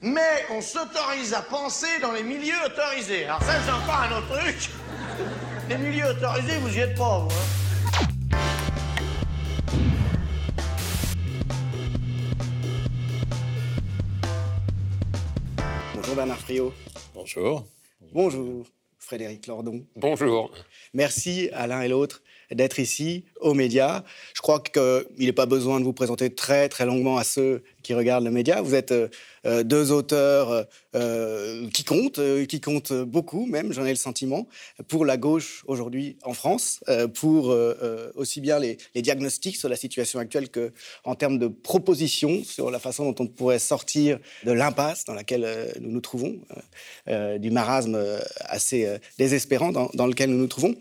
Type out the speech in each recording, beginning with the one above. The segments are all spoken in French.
Mais on s'autorise à penser dans les milieux autorisés. Alors ça, c'est encore un autre truc. Les milieux autorisés, vous y êtes pas, vous, hein. Bonjour Bernard Friot. Bonjour. Bonjour Frédéric Lordon. Bonjour. Merci à l'un et l'autre d'être ici, aux médias. Je crois qu'il n'est pas besoin de vous présenter très très longuement à ceux qui regardent le média. Vous êtes deux auteurs qui comptent beaucoup même, j'en ai le sentiment, pour la gauche aujourd'hui en France, pour aussi bien les diagnostics sur la situation actuelle qu'en termes de propositions sur la façon dont on pourrait sortir de l'impasse dans laquelle nous nous trouvons, du marasme assez désespérant dans lequel nous nous trouvons.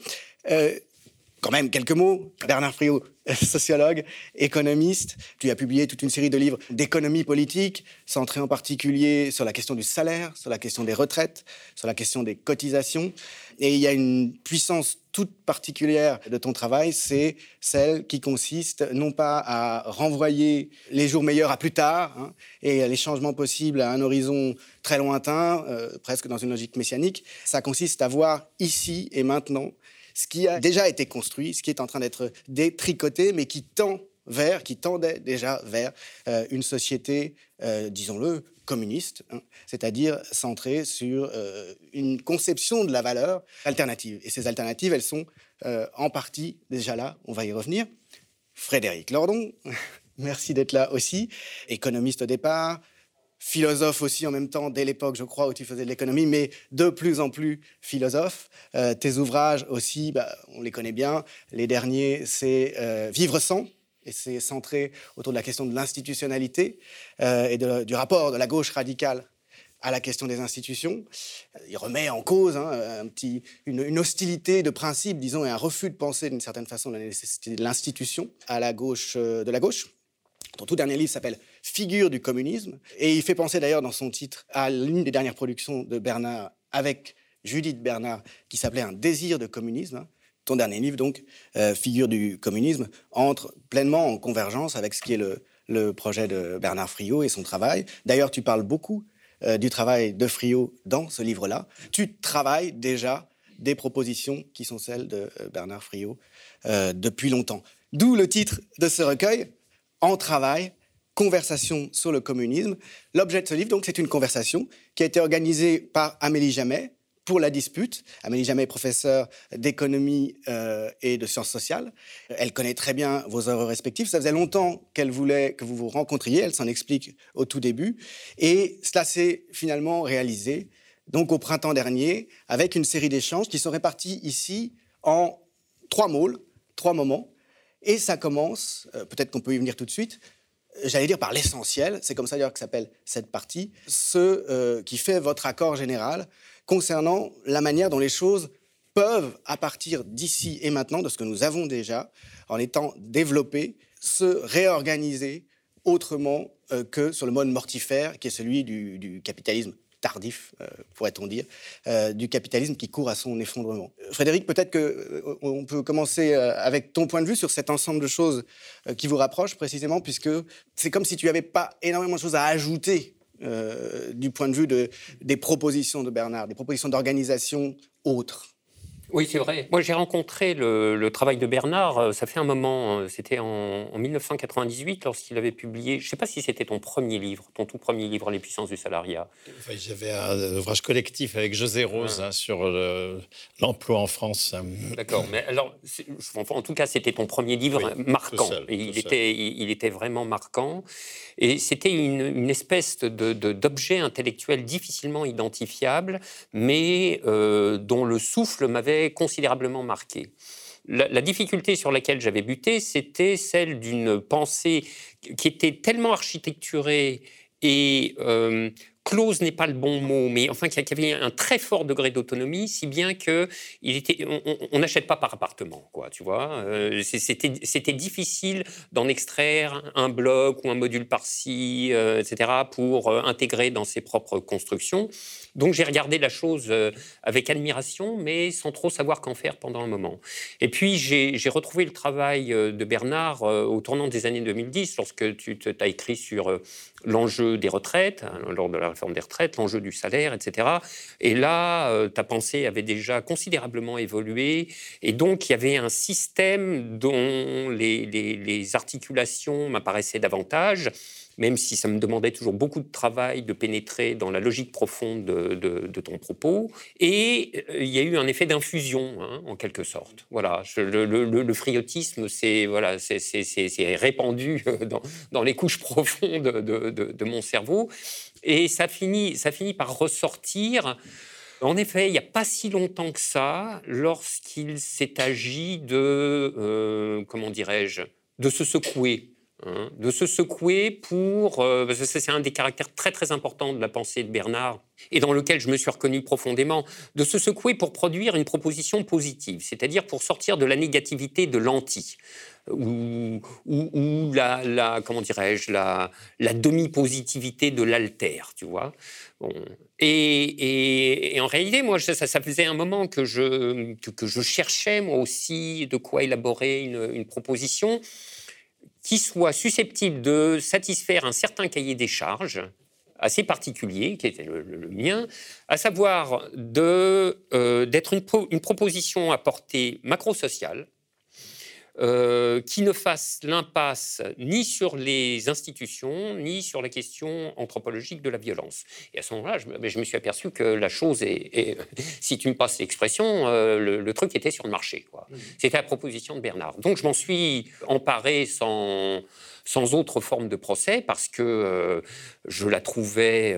Quand même, quelques mots. Bernard Friot, sociologue, économiste. Tu as publié toute une série de livres d'économie politique, centrés en particulier sur la question du salaire, sur la question des retraites, sur la question des cotisations. Et il y a une puissance toute particulière de ton travail, c'est celle qui consiste non pas à renvoyer les jours meilleurs à plus tard, hein, et les changements possibles à un horizon très lointain, presque dans une logique messianique. Ça consiste à voir ici et maintenant ce qui a déjà été construit, ce qui est en train d'être détricoté, mais qui tendait déjà vers une société, disons-le, communiste, hein, c'est-à-dire centrée sur une conception de la valeur alternative. Et ces alternatives, elles sont en partie déjà là, on va y revenir. Frédéric Lordon, merci d'être là aussi, économiste au départ, philosophe aussi en même temps, dès l'époque, je crois, où tu faisais de l'économie, mais de plus en plus philosophe. Tes ouvrages aussi, on les connaît bien. Les derniers, c'est Vivre sans, et c'est centré autour de la question de l'institutionnalité et du rapport de la gauche radicale à la question des institutions. Il remet en cause une hostilité de principe, disons, et un refus de penser d'une certaine façon la nécessité de l'institution à la gauche de la gauche. Ton tout dernier livre s'appelle « Figure du communisme » et il fait penser d'ailleurs dans son titre à l'une des dernières productions de Bernard avec Judith Bernard qui s'appelait « Un désir de communisme ». Ton dernier livre, donc, « Figure du communisme », entre pleinement en convergence avec ce qui est le projet de Bernard Friot et son travail. D'ailleurs, tu parles beaucoup du travail de Friot dans ce livre-là. Tu travailles déjà des propositions qui sont celles de Bernard Friot depuis longtemps. D'où le titre de ce recueil, En travail, conversation sur le communisme. L'objet de ce livre, donc, c'est une conversation qui a été organisée par Amélie Jamet pour La Dispute. Amélie Jamet est professeure d'économie et de sciences sociales. Elle connaît très bien vos œuvres respectives. Ça faisait longtemps qu'elle voulait que vous vous rencontriez. Elle s'en explique au tout début. Et cela s'est finalement réalisé, donc au printemps dernier, avec une série d'échanges qui sont répartis ici en 3 môles, 3 moments. Et ça commence, peut-être qu'on peut y venir tout de suite, j'allais dire par l'essentiel, c'est comme ça d'ailleurs que s'appelle cette partie, ce qui fait votre accord général concernant la manière dont les choses peuvent, à partir d'ici et maintenant, de ce que nous avons déjà, en étant développées, se réorganiser autrement que sur le mode mortifère qui est celui du capitalisme tardif, pourrait-on dire, du capitalisme qui court à son effondrement. Frédéric, peut-être qu'on peut commencer avec ton point de vue sur cet ensemble de choses qui vous rapprochent précisément, puisque c'est comme si tu n'avais pas énormément de choses à ajouter du point de vue des propositions de Bernard, des propositions d'organisation autres. Oui, c'est vrai. Moi, j'ai rencontré le travail de Bernard, ça fait un moment, c'était en 1998, lorsqu'il avait publié, je ne sais pas si c'était ton premier livre, ton tout premier livre, Les puissances du salariat. Enfin, j'avais un ouvrage collectif avec José Rose sur l'emploi en France. D'accord, mais alors, en tout cas, c'était ton premier livre marquant. Tout seul. Il était vraiment marquant. Et c'était une espèce d'objet intellectuel difficilement identifiable, mais dont le souffle m'avait considérablement marqué. La difficulté sur laquelle j'avais buté, c'était celle d'une pensée qui était tellement architecturée et close n'est pas le bon mot, mais enfin qui avait un très fort degré d'autonomie, si bien que on n'achète pas par appartement, quoi, tu vois. C'était difficile d'en extraire un bloc ou un module par-ci, etc., pour intégrer dans ses propres constructions. Donc j'ai regardé la chose avec admiration, mais sans trop savoir qu'en faire pendant un moment. Et puis j'ai retrouvé le travail de Bernard au tournant des années 2010, lorsque tu as écrit sur l'enjeu des retraites, lors de la réforme des retraites, l'enjeu du salaire, etc. Et là, ta pensée avait déjà considérablement évolué. Et donc, il y avait un système dont les articulations m'apparaissaient davantage, même si ça me demandait toujours beaucoup de travail de pénétrer dans la logique profonde de ton propos. Et il y a eu un effet d'infusion, en quelque sorte. Voilà, le friotisme, c'est répandu dans les couches profondes de mon cerveau. Et ça finit par ressortir. En effet, il n'y a pas si longtemps que ça, lorsqu'il s'est agi de, comment dirais-je, de se secouer. De se secouer parce que c'est un des caractères très très importants de la pensée de Bernard et dans lequel je me suis reconnu profondément, de se secouer pour produire une proposition positive, c'est-à-dire pour sortir de la négativité de l'anti ou comment dirais-je, la demi-positivité de l'alter, tu vois. Bon. Et en réalité, moi, ça faisait un moment que je cherchais moi aussi de quoi élaborer une proposition qui soit susceptible de satisfaire un certain cahier des charges assez particulier, qui était le mien, à savoir d'être une proposition à portée macro-sociale, qui ne fasse l'impasse ni sur les institutions, ni sur la question anthropologique de la violence. Et à ce moment-là, je me suis aperçu que la chose est si tu me passes l'expression, le truc était sur le marché, quoi. C'était la proposition de Bernard. Donc je m'en suis emparé sans autre forme de procès, parce que je la trouvais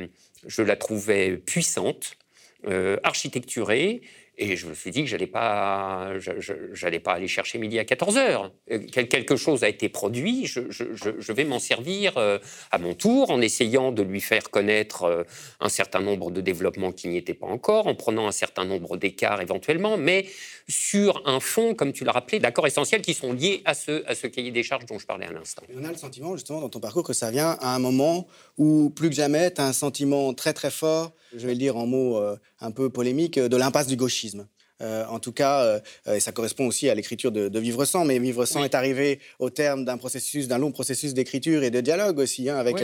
puissante, architecturée. Et je me suis dit que j'allais pas aller chercher midi à 14h. Quelque chose a été produit, je vais m'en servir à mon tour, en essayant de lui faire connaître un certain nombre de développements qui n'y étaient pas encore, en prenant un certain nombre d'écarts éventuellement, mais sur un fond, comme tu l'as rappelé, d'accords essentiels qui sont liés à ce cahier des charges dont je parlais à l'instant. On a le sentiment, justement, dans ton parcours, que ça vient à un moment où, plus que jamais, tu as un sentiment très très fort, je vais le dire en mots un peu polémiques, de l'impasse du gauchisme. En tout cas, et ça correspond aussi à l'écriture de Vivre sans, mais Vivre sans est arrivé au terme d'un long processus d'écriture et de dialogue aussi, avec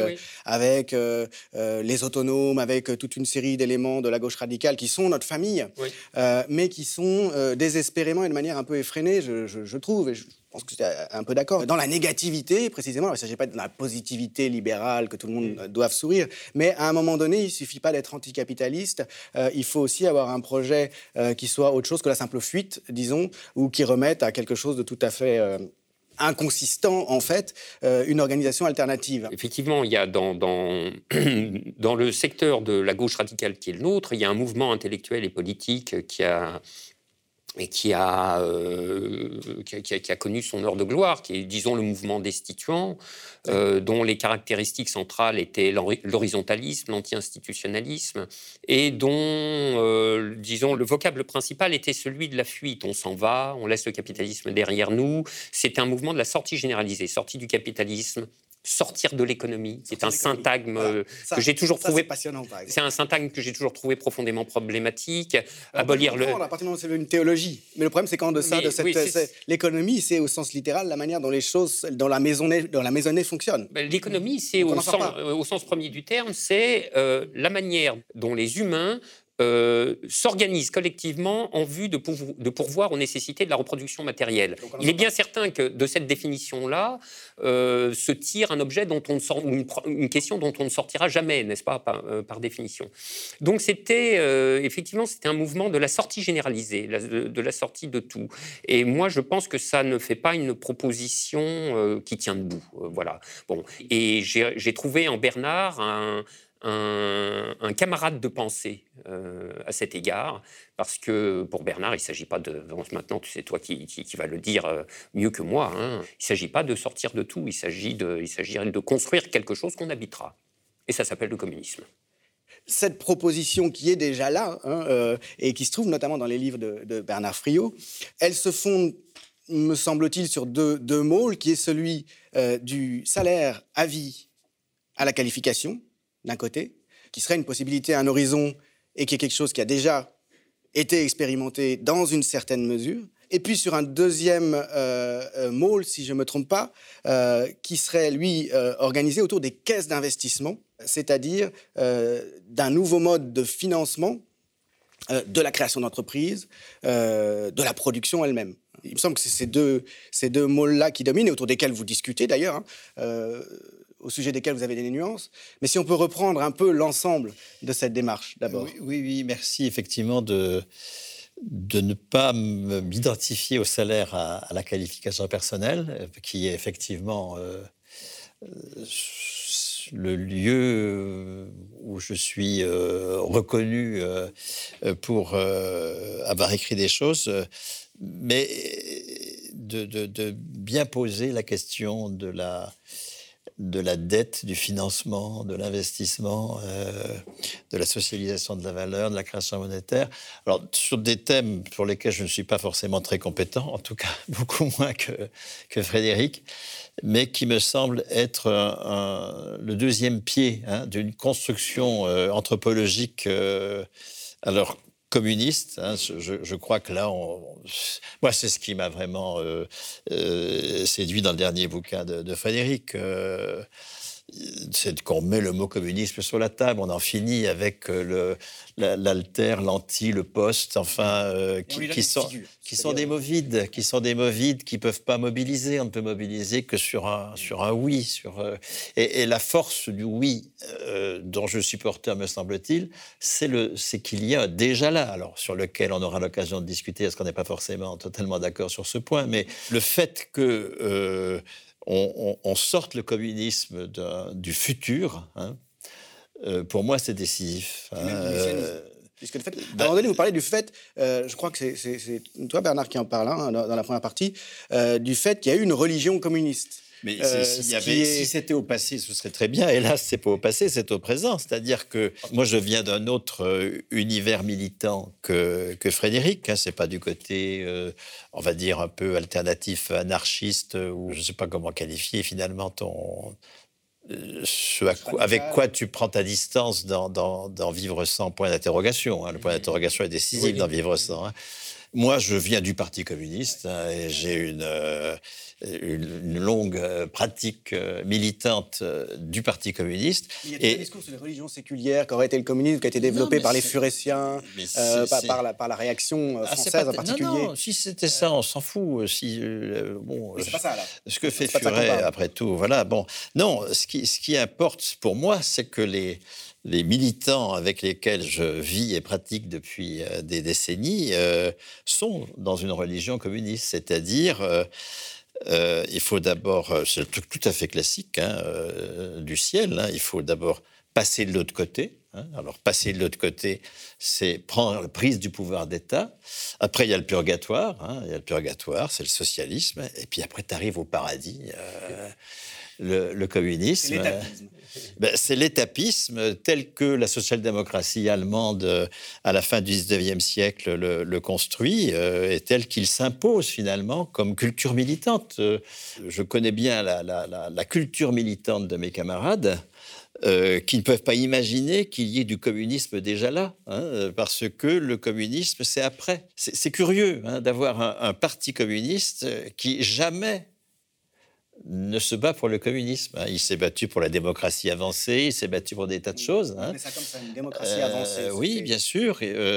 les autonomes, avec toute une série d'éléments de la gauche radicale qui sont notre famille, mais qui sont désespérément et de manière un peu effrénée, je trouve, et je pense que tu es un peu d'accord, dans la négativité, précisément. Alors, il ne s'agit pas de la positivité libérale que tout le monde doive sourire, mais à un moment donné, il ne suffit pas d'être anticapitaliste, il faut aussi avoir un projet qui soit autre chose que la simple fuite, disons, ou qui remette à quelque chose de tout à fait inconsistant, en fait, une organisation alternative. Effectivement, il y a dans le secteur de la gauche radicale qui est le nôtre, il y a un mouvement intellectuel et politique qui a connu son heure de gloire, qui est, disons, le mouvement destituant, dont les caractéristiques centrales étaient l'horizontalisme, l'anti-institutionnalisme, et dont, disons, le vocable principal était celui de la fuite. On s'en va, on laisse le capitalisme derrière nous. C'était un mouvement de la sortie généralisée, sortie du capitalisme, sortir de l'économie. C'est un syntagme que j'ai toujours trouvé passionnant, par exemple. C'est un syntagme que j'ai toujours trouvé profondément problématique. Abolir le. À partir du moment où c'est une théologie. Mais le problème, c'est qu'en deçà de cette l'économie, c'est au sens littéral la manière dont les choses, dans la maisonnée fonctionnent. L'économie, c'est au sens premier du terme, c'est la manière dont les humains s'organisent collectivement en vue de pourvoir aux nécessités de la reproduction matérielle. Il est bien certain que de cette définition-là se tire un objet dont on ne sort, une question dont on ne sortira jamais, n'est-ce pas, par définition. Donc effectivement, c'était un mouvement de la sortie généralisée, de la sortie de tout. Et moi, je pense que ça ne fait pas une proposition qui tient debout. Voilà. Bon. Et j'ai trouvé en Bernard un camarade de pensée à cet égard, parce que pour Bernard, il ne s'agit pas de... Maintenant, c'est toi qui vas le dire mieux que moi, hein, il ne s'agit pas de sortir de tout, il s'agit de construire quelque chose qu'on habitera. Et ça s'appelle le communisme. Cette proposition qui est déjà là, et qui se trouve notamment dans les livres de Bernard Friot, elle se fonde, me semble-t-il, sur deux môles, qui est celui du salaire à vie à la qualification, d'un côté, qui serait une possibilité, un horizon, et qui est quelque chose qui a déjà été expérimenté dans une certaine mesure. Et puis sur un deuxième môle, si je ne me trompe pas, qui serait, lui, organisé autour des caisses d'investissement, c'est-à-dire d'un nouveau mode de financement de la création d'entreprises, de la production elle-même. Il me semble que c'est ces deux mots-là qui dominent et autour desquels vous discutez d'ailleurs, au sujet desquels vous avez des nuances. Mais si on peut reprendre un peu l'ensemble de cette démarche, d'abord. Oui, merci effectivement de ne pas m'identifier au salaire à la qualification personnelle, qui est effectivement le lieu où je suis reconnu pour avoir écrit des choses, mais de bien poser la question de la dette, du financement, de l'investissement, de la socialisation de la valeur, de la création monétaire. Alors, sur des thèmes pour lesquels je ne suis pas forcément très compétent, en tout cas beaucoup moins que Frédéric, mais qui me semble être le deuxième pied d'une construction anthropologique alors communiste. Je crois que là, moi, c'est ce qui m'a vraiment séduit dans le dernier bouquin de Frédéric. C'est qu'on met le mot communisme sur la table, on en finit avec l'alter, l'anti, le post, enfin, qui sont des mots vides, qui peuvent pas mobiliser. On ne peut mobiliser que sur un oui, et la force du oui dont je suis porteur, me semble-t-il, c'est qu'il y a déjà là, alors sur lequel on aura l'occasion de discuter, parce qu'on n'est pas forcément totalement d'accord sur ce point, mais le fait que on sorte le communisme du futur, pour moi, c'est décisif. Puisque le fait, à un moment donné, vous parlez du fait, je crois que c'est toi, Bernard, qui en parle dans la première partie, du fait qu'il y a eu une religion communiste. Mais si c'était au passé, ce serait très bien. Hélas, c'est pas au passé, c'est au présent. C'est-à-dire que moi, je viens d'un autre univers militant que Frédéric. C'est pas du côté, on va dire, un peu alternatif, anarchiste, ou je sais pas comment qualifier finalement avec quoi tu prends ta distance dans Vivre sans, point d'interrogation. Le point d'interrogation est décisif dans Vivre sans. Moi, je viens du Parti communiste et j'ai une longue pratique militante du Parti communiste. Il y a un discours sur les religions séculières qui aurait été le communisme, qui a été développé par les Furétiens, par la réaction française en particulier. Non, si c'était ça, on s'en fout. C'est pas ça, là. Ce que fait Furet, après tout, voilà. Bon, non, ce qui importe pour moi, c'est que les militants avec lesquels je vis et pratique depuis des décennies sont dans une religion communiste, c'est-à-dire il faut d'abord, c'est le truc tout à fait classique du ciel, il faut d'abord passer de l'autre côté. Alors, passer de l'autre côté, c'est prendre prise du pouvoir d'État. Après, il y a le purgatoire. Il y a le purgatoire, c'est le socialisme. Et puis après, tu arrives au paradis. Le communisme. C'est l'étapisme. C'est l'étapisme tel que la social-démocratie allemande, à la fin du 19e siècle, le construit, et tel qu'il s'impose finalement comme culture militante. Je connais bien la culture militante de mes camarades, qui ne peuvent pas imaginer qu'il y ait du communisme déjà là, parce que le communisme, c'est après. C'est curieux d'avoir un parti communiste qui jamais ne se bat pour le communisme. Il s'est battu pour la démocratie avancée, il s'est battu pour des tas de choses. Mais ça comme ça, une démocratie avancée. Oui, bien sûr.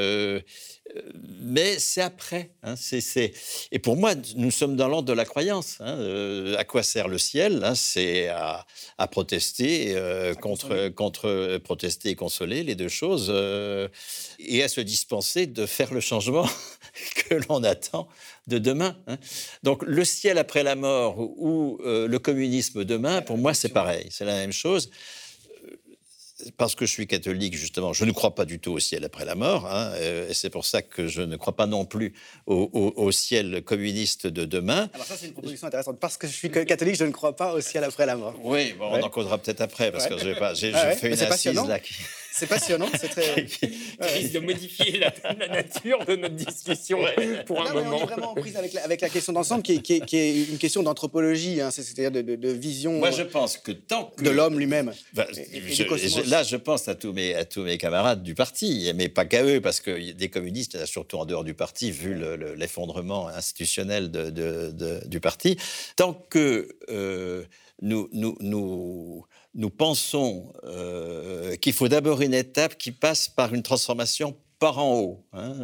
Mais c'est après. Et pour moi, nous sommes dans l'ordre de la croyance. À quoi sert le ciel C'est à protester contre protester et consoler, les deux choses, et à se dispenser de faire le changement que l'on attend de demain. Donc le ciel après la mort ou le communisme demain, pour moi, c'est pareil. C'est la même chose. Parce que je suis catholique, justement, je ne crois pas du tout au ciel après la mort. Et c'est pour ça que je ne crois pas non plus au ciel communiste de demain. Alors ça, c'est une proposition intéressante. Parce que je suis catholique, je ne crois pas au ciel après la mort. Oui, bon, on en causera peut-être après, parce que j'ai fait une assise là. C'est passionnant, c'est très... risque de modifier la nature de notre discussion pour un moment. On est vraiment en prise avec la question d'ensemble qui est une question d'anthropologie, c'est-à-dire de vision. Moi, je pense que tant que... de l'homme lui-même. Là, je pense à tous mes camarades du parti, mais pas qu'à eux, parce que des communistes, il y en a surtout en dehors du parti, vu l'effondrement institutionnel du parti. Tant que nous nous pensons qu'il faut d'abord une étape qui passe par une transformation par en haut,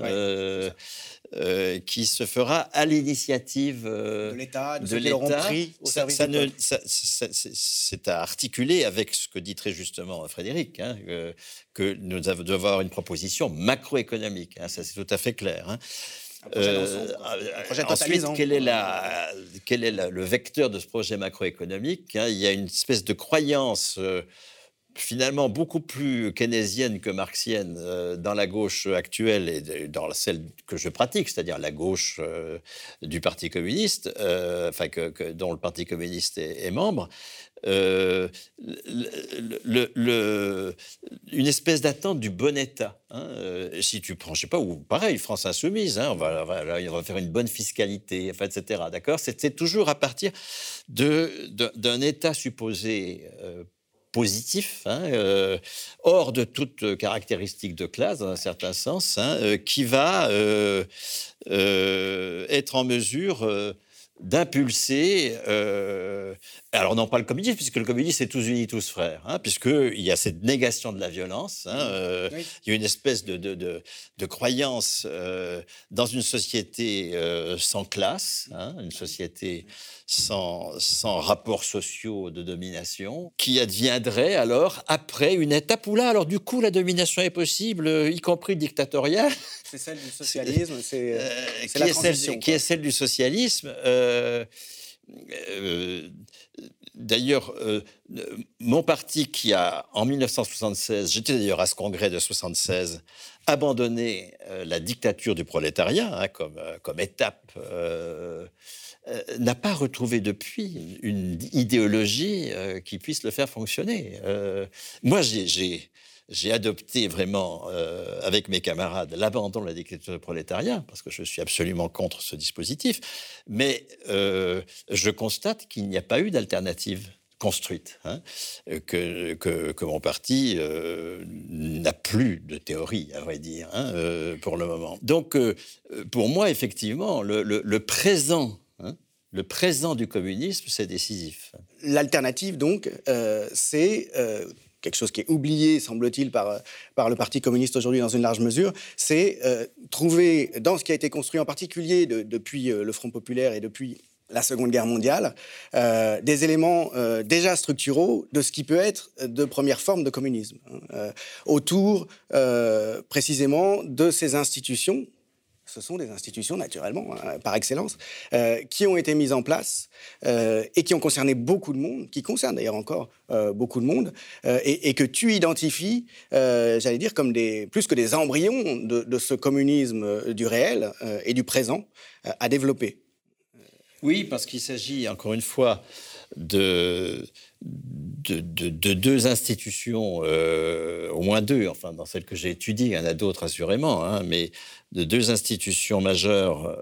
qui se fera à l'initiative de l'État, de ceux qui l'État. l'auront pris au service du peuple. C'est à articuler avec ce que dit très justement Frédéric, que nous devons avoir une proposition macroéconomique. Ça, c'est tout à fait clair. Un projet d'ensemble, un projet Ensuite, totalisant. quel est le vecteur de ce projet macroéconomique? Il y a une espèce de croyance finalement beaucoup plus keynésienne que marxienne dans la gauche actuelle et dans celle que je pratique, c'est-à-dire la gauche du Parti communiste, dont le Parti communiste est membre. Une espèce d'attente du bon État. Si tu prends, je sais pas, ou pareil, France Insoumise, on va faire une bonne fiscalité, etc. D'accord ? C'est toujours à partir d'un État supposé positif, hors de toute caractéristique de classe, dans un certain sens, qui va être en mesure d'impulser, alors non pas le communisme, puisque le communisme c'est tous unis, tous frères, puisqu'il y a cette négation de la violence, oui. Il y a une espèce de croyance dans une société sans classe, une société sans rapports sociaux de domination, qui adviendrait alors après une étape où là, alors du coup, la domination est possible, y compris dictatoriale. C'est celle du socialisme, c'est la transition. Qui est celle du socialisme. D'ailleurs, mon parti qui a, en 1976, j'étais d'ailleurs à ce congrès de 76, abandonné la dictature du prolétariat comme étape, n'a pas retrouvé depuis une idéologie qui puisse le faire fonctionner. Moi, j'ai adopté vraiment, avec mes camarades, l'abandon de la dictature du prolétariat, parce que je suis absolument contre ce dispositif, mais je constate qu'il n'y a pas eu d'alternative construite, que mon parti n'a plus de théorie, à vrai dire, pour le moment. Donc, pour moi, effectivement, le présent du communisme, c'est décisif. L'alternative, donc, c'est quelque chose qui est oublié, semble-t-il, par le Parti communiste aujourd'hui dans une large mesure, c'est trouver, dans ce qui a été construit en particulier depuis le Front populaire et depuis la Seconde Guerre mondiale, des éléments déjà structuraux de ce qui peut être de premières formes de communisme, autour précisément de ces institutions. Ce sont des institutions, naturellement, par excellence, qui ont été mises en place et qui ont concerné beaucoup de monde, qui concernent d'ailleurs encore beaucoup de monde, et que tu identifies, j'allais dire, comme plus que des embryons de ce communisme du réel et du présent à développer. Oui, parce qu'il s'agit, encore une fois, de deux institutions, au moins deux, enfin dans celles que j'ai étudiées, il y en a d'autres assurément, mais de deux institutions majeures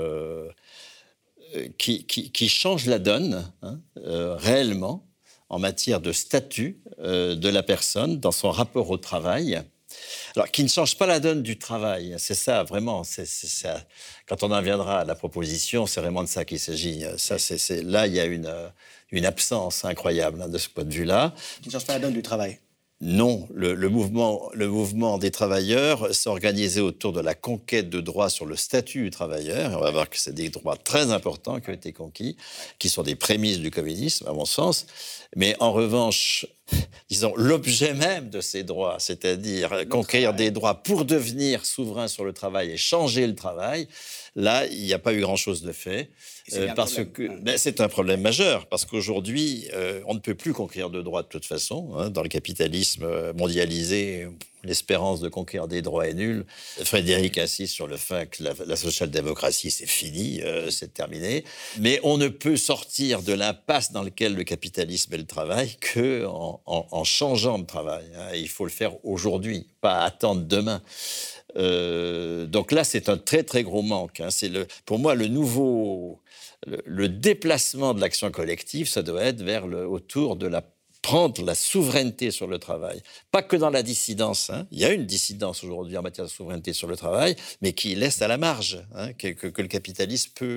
qui changent la donne réellement en matière de statut de la personne dans son rapport au travail. Alors, qui ne change pas la donne du travail, c'est ça, vraiment. C'est ça. Quand on en viendra à la proposition, c'est vraiment de ça qu'il s'agit. Ça, là, il y a une absence incroyable de ce point de vue-là. Qui ne change pas la donne du travail. Non, le mouvement des travailleurs s'organisait autour de la conquête de droits sur le statut du travailleur. Et on va voir que c'est des droits très importants qui ont été conquis, qui sont des prémices du communisme, à mon sens. Mais en revanche, disons, l'objet même de ces droits, c'est-à-dire conquérir des droits pour devenir souverain sur le travail et changer le travail, là, il n'y a pas eu grand-chose de fait. C'est un problème majeur, parce qu'aujourd'hui, on ne peut plus conquérir de droits de toute façon. Dans le capitalisme mondialisé, l'espérance de conquérir des droits est nulle. Frédéric insiste sur le fait que la social-démocratie, c'est fini, c'est terminé. Mais on ne peut sortir de l'impasse dans laquelle le capitalisme met le travail qu'en changeant de travail. Il faut le faire aujourd'hui, pas attendre demain. Donc là, c'est un très, très gros manque. C'est pour moi, le déplacement de l'action collective, ça doit être autour de prendre la souveraineté sur le travail. Pas que dans la dissidence. Il y a une dissidence aujourd'hui en matière de souveraineté sur le travail, mais qui laisse à la marge, que le capitalisme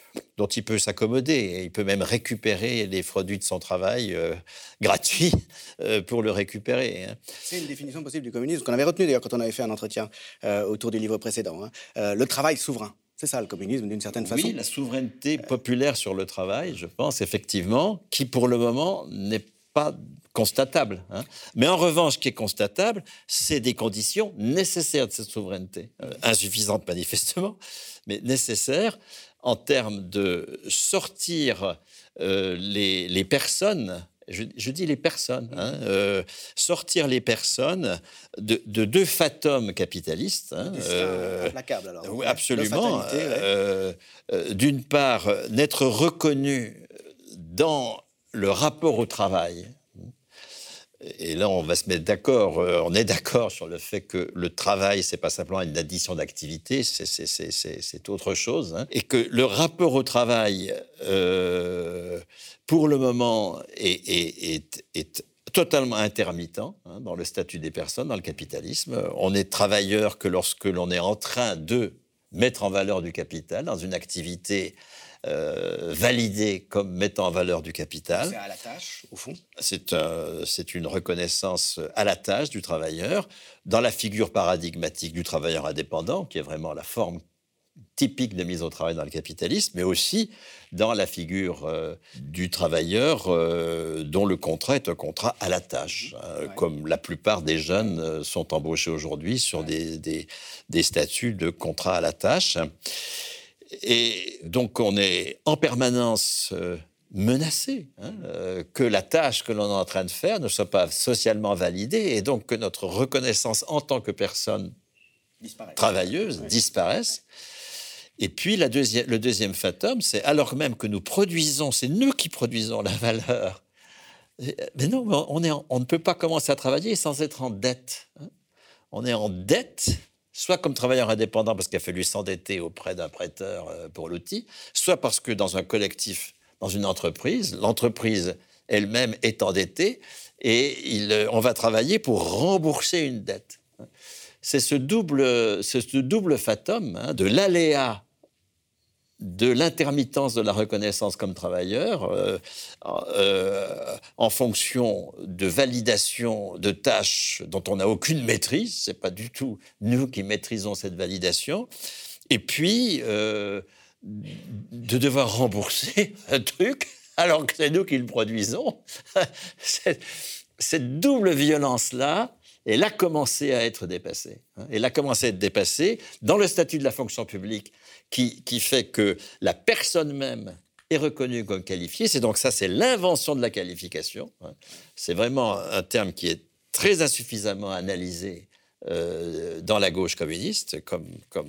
dont il peut s'accommoder. Et il peut même récupérer les produits de son travail gratuits pour le récupérer. Hein. C'est une définition possible du communisme qu'on avait retenue d'ailleurs quand on avait fait un entretien autour du livre précédent. Hein. Le travail souverain. C'est ça le communisme d'une certaine façon. Oui, la souveraineté populaire sur le travail, je pense effectivement, qui pour le moment n'est pas constatable. Hein. Mais en revanche, ce qui est constatable, c'est des conditions nécessaires de cette souveraineté. Insuffisantes manifestement, mais nécessaires en termes de sortir les personnes. Je dis les personnes, hein, sortir les personnes de deux fatums capitalistes. Hein, implacable alors. Oui, absolument. D'une part, n'être reconnu dans le rapport au travail. Et là, on va se mettre d'accord, on est d'accord sur le fait que le travail, c'est pas simplement une addition d'activités, c'est autre chose. Hein, et que le rapport au travail, pour le moment, est totalement intermittent hein, dans le statut des personnes, dans le capitalisme. On n'est travailleur que lorsque l'on est en train de mettre en valeur du capital dans une activité validée comme mettant en valeur du capital. C'est à la tâche, au fond. C'est une reconnaissance à la tâche du travailleur, dans la figure paradigmatique du travailleur indépendant, qui est vraiment la forme typique de mise au travail dans le capitalisme, mais aussi dans la figure du travailleur dont le contrat est un contrat à la tâche, comme la plupart des jeunes sont embauchés aujourd'hui sur des statuts de contrat à la tâche. Et donc, on est en permanence menacé hein, que la tâche que l'on est en train de faire ne soit pas socialement validée et donc que notre reconnaissance en tant que personne travailleuse disparaisse. Et puis, le deuxième fatum, c'est alors même que nous produisons, c'est nous qui produisons la valeur. Mais non, on ne peut pas commencer à travailler sans être en dette. Hein. On est en dette soit comme travailleur indépendant parce qu'il a fallu s'endetter auprès d'un prêteur pour l'outil, soit parce que dans un collectif, dans une entreprise, l'entreprise elle-même est endettée et on va travailler pour rembourser une dette. C'est ce double fatum hein, de l'aléa de l'intermittence de la reconnaissance comme travailleur en fonction de validation de tâches dont on n'a aucune maîtrise, c'est pas du tout nous qui maîtrisons cette validation, et puis de devoir rembourser un truc alors que c'est nous qui le produisons. Cette double violence-là, elle a commencé à être dépassée. Elle a commencé à être dépassée dans le statut de la fonction publique qui fait que la personne même est reconnue comme qualifiée. C'est donc ça, c'est l'invention de la qualification. C'est vraiment un terme qui est très insuffisamment analysé dans la gauche communiste comme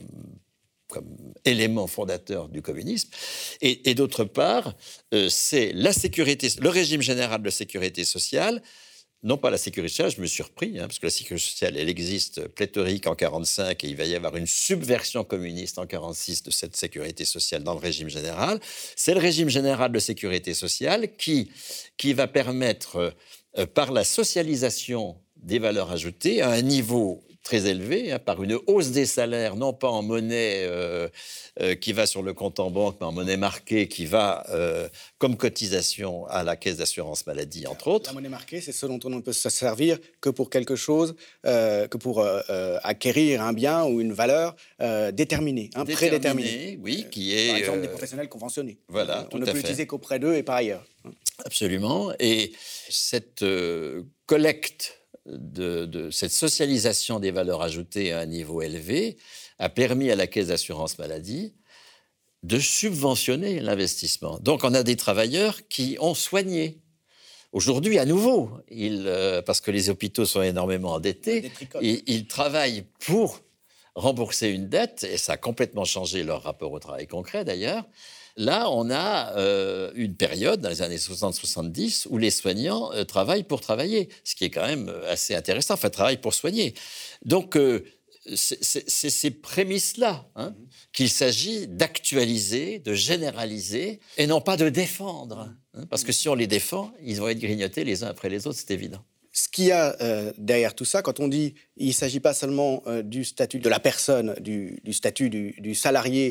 élément fondateur du communisme. Et d'autre part, c'est le régime général de sécurité sociale. Non pas la sécurité sociale, je me suis surpris, parce que la sécurité sociale, elle existe pléthorique en 1945 et il va y avoir une subversion communiste en 1946 de cette sécurité sociale dans le régime général. C'est le régime général de sécurité sociale qui va permettre, par la socialisation des valeurs ajoutées, à un niveau très élevé, par une hausse des salaires, non pas en monnaie qui va sur le compte en banque, mais en monnaie marquée qui va comme cotisation à la caisse d'assurance maladie, entre autres. La monnaie marquée, c'est ce dont on ne peut se servir que pour quelque chose, que pour acquérir un bien ou une valeur déterminée, prédéterminée. Oui, qui est... Par exemple, des professionnels conventionnés. Voilà, on ne peut utiliser qu'auprès d'eux et par ailleurs. Absolument. Et cette collecte de cette socialisation des valeurs ajoutées à un niveau élevé a permis à la caisse d'assurance maladie de subventionner l'investissement. Donc, on a des travailleurs qui ont soigné. Aujourd'hui, à nouveau, parce que les hôpitaux sont énormément endettés, ils travaillent pour rembourser une dette, et ça a complètement changé leur rapport au travail concret, d'ailleurs. Là, on a une période, dans les années 60-70, où les soignants travaillent pour travailler, ce qui est quand même assez intéressant, travaillent pour soigner. Donc, c'est ces prémices-là qu'il s'agit d'actualiser, de généraliser, et non pas de défendre. Parce que si on les défend, ils vont être grignotés les uns après les autres, c'est évident. Ce qu'il y a derrière tout ça, quand on dit il ne s'agit pas seulement du statut de la personne, du statut du salarié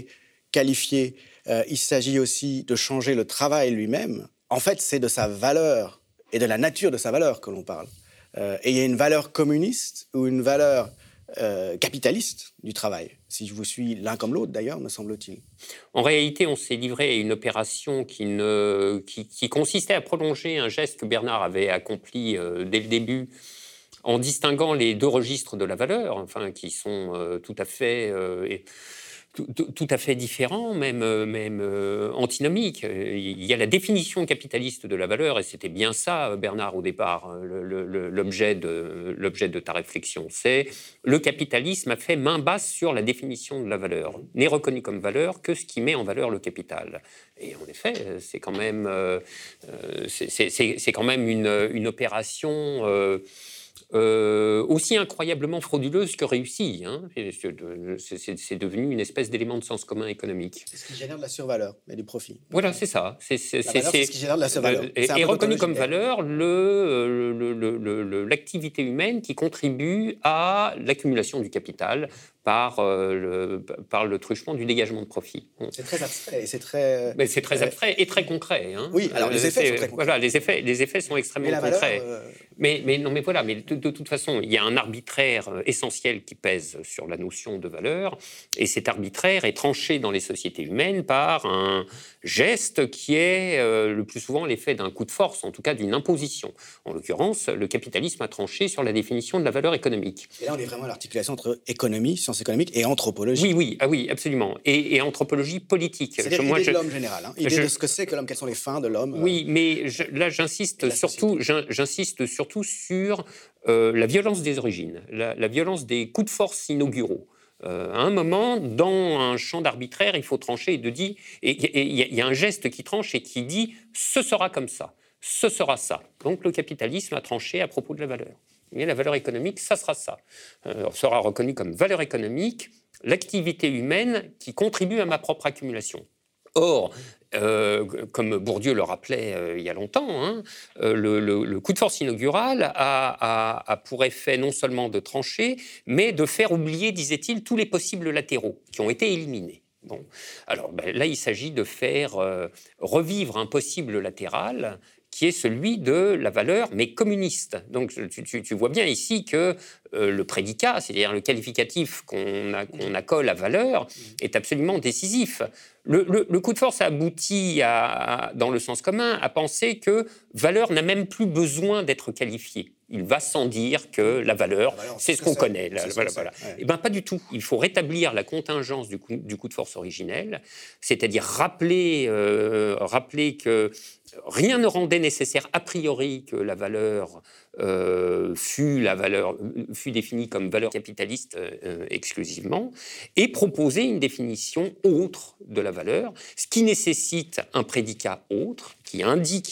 qualifier, il s'agit aussi de changer le travail lui-même. En fait, c'est de sa valeur et de la nature de sa valeur que l'on parle. Et il y a une valeur communiste ou une valeur capitaliste du travail, si je vous suis l'un comme l'autre d'ailleurs, me semble-t-il. En réalité, on s'est livré à une opération qui consistait à prolonger un geste que Bernard avait accompli dès le début, en distinguant les deux registres de la valeur, enfin, qui sont tout à fait différents, même antinomiques. Il y a la définition capitaliste de la valeur, et c'était bien ça, Bernard, au départ, l'objet de ta réflexion. C'est le capitalisme a fait main basse sur la définition de la valeur, n'est reconnu comme valeur que ce qui met en valeur le capital. Et en effet, c'est quand même une opération aussi incroyablement frauduleuse que réussie. Hein. C'est devenu une espèce d'élément de sens commun économique. C'est ce qui génère de la survaleur et du profit. Voilà, c'est ça. C'est ce qui génère de la survaleur. Et reconnu comme valeur l'activité humaine qui contribue à l'accumulation du capital par le truchement du dégagement de profit. C'est très abstrait. C'est très abstrait et très concret. Hein. Oui, alors les effets sont très concrets. Voilà, les effets sont extrêmement concrets. Mais de toute façon, il y a un arbitraire essentiel qui pèse sur la notion de valeur, et cet arbitraire est tranché dans les sociétés humaines par un geste qui est le plus souvent l'effet d'un coup de force, en tout cas d'une imposition. En l'occurrence, le capitalisme a tranché sur la définition de la valeur économique. Et là, on est vraiment à l'articulation entre économie, sciences économiques et anthropologie. Oui, absolument. Et anthropologie politique. C'est l'idée de l'homme général, hein. L'idée de ce que c'est que l'homme, quelles sont les fins de l'homme. Oui, mais là, j'insiste surtout sur la violence des origines, la violence des coups de force inauguraux. À un moment, dans un champ d'arbitraire, il faut trancher et il y a un geste qui tranche et qui dit « ce sera comme ça, ce sera ça ». Donc le capitalisme a tranché à propos de la valeur. Et la valeur économique, ça sera ça. Sera reconnue comme valeur économique l'activité humaine qui contribue à ma propre accumulation. Or, comme Bourdieu le rappelait il y a longtemps, hein, le coup de force inaugural a pour effet non seulement de trancher, mais de faire oublier, disait-il, tous les possibles latéraux qui ont été éliminés. Bon. Alors là, il s'agit de faire revivre un possible latéral qui est celui de la valeur, mais communiste. Donc tu vois bien ici que le prédicat, c'est-à-dire le qualificatif qu'on accole à valeur, est absolument décisif. Le coup de force a abouti, dans le sens commun, à penser que valeur n'a même plus besoin d'être qualifiée. Il va sans dire que la valeur, c'est ce qu'on connaît. Voilà. Eh bien, pas du tout. Il faut rétablir la contingence du coup de force originel, c'est-à-dire rappeler que rien ne rendait nécessaire a priori que la valeur fût définie comme valeur capitaliste exclusivement, et proposer une définition autre de la valeur, ce qui nécessite un prédicat autre qui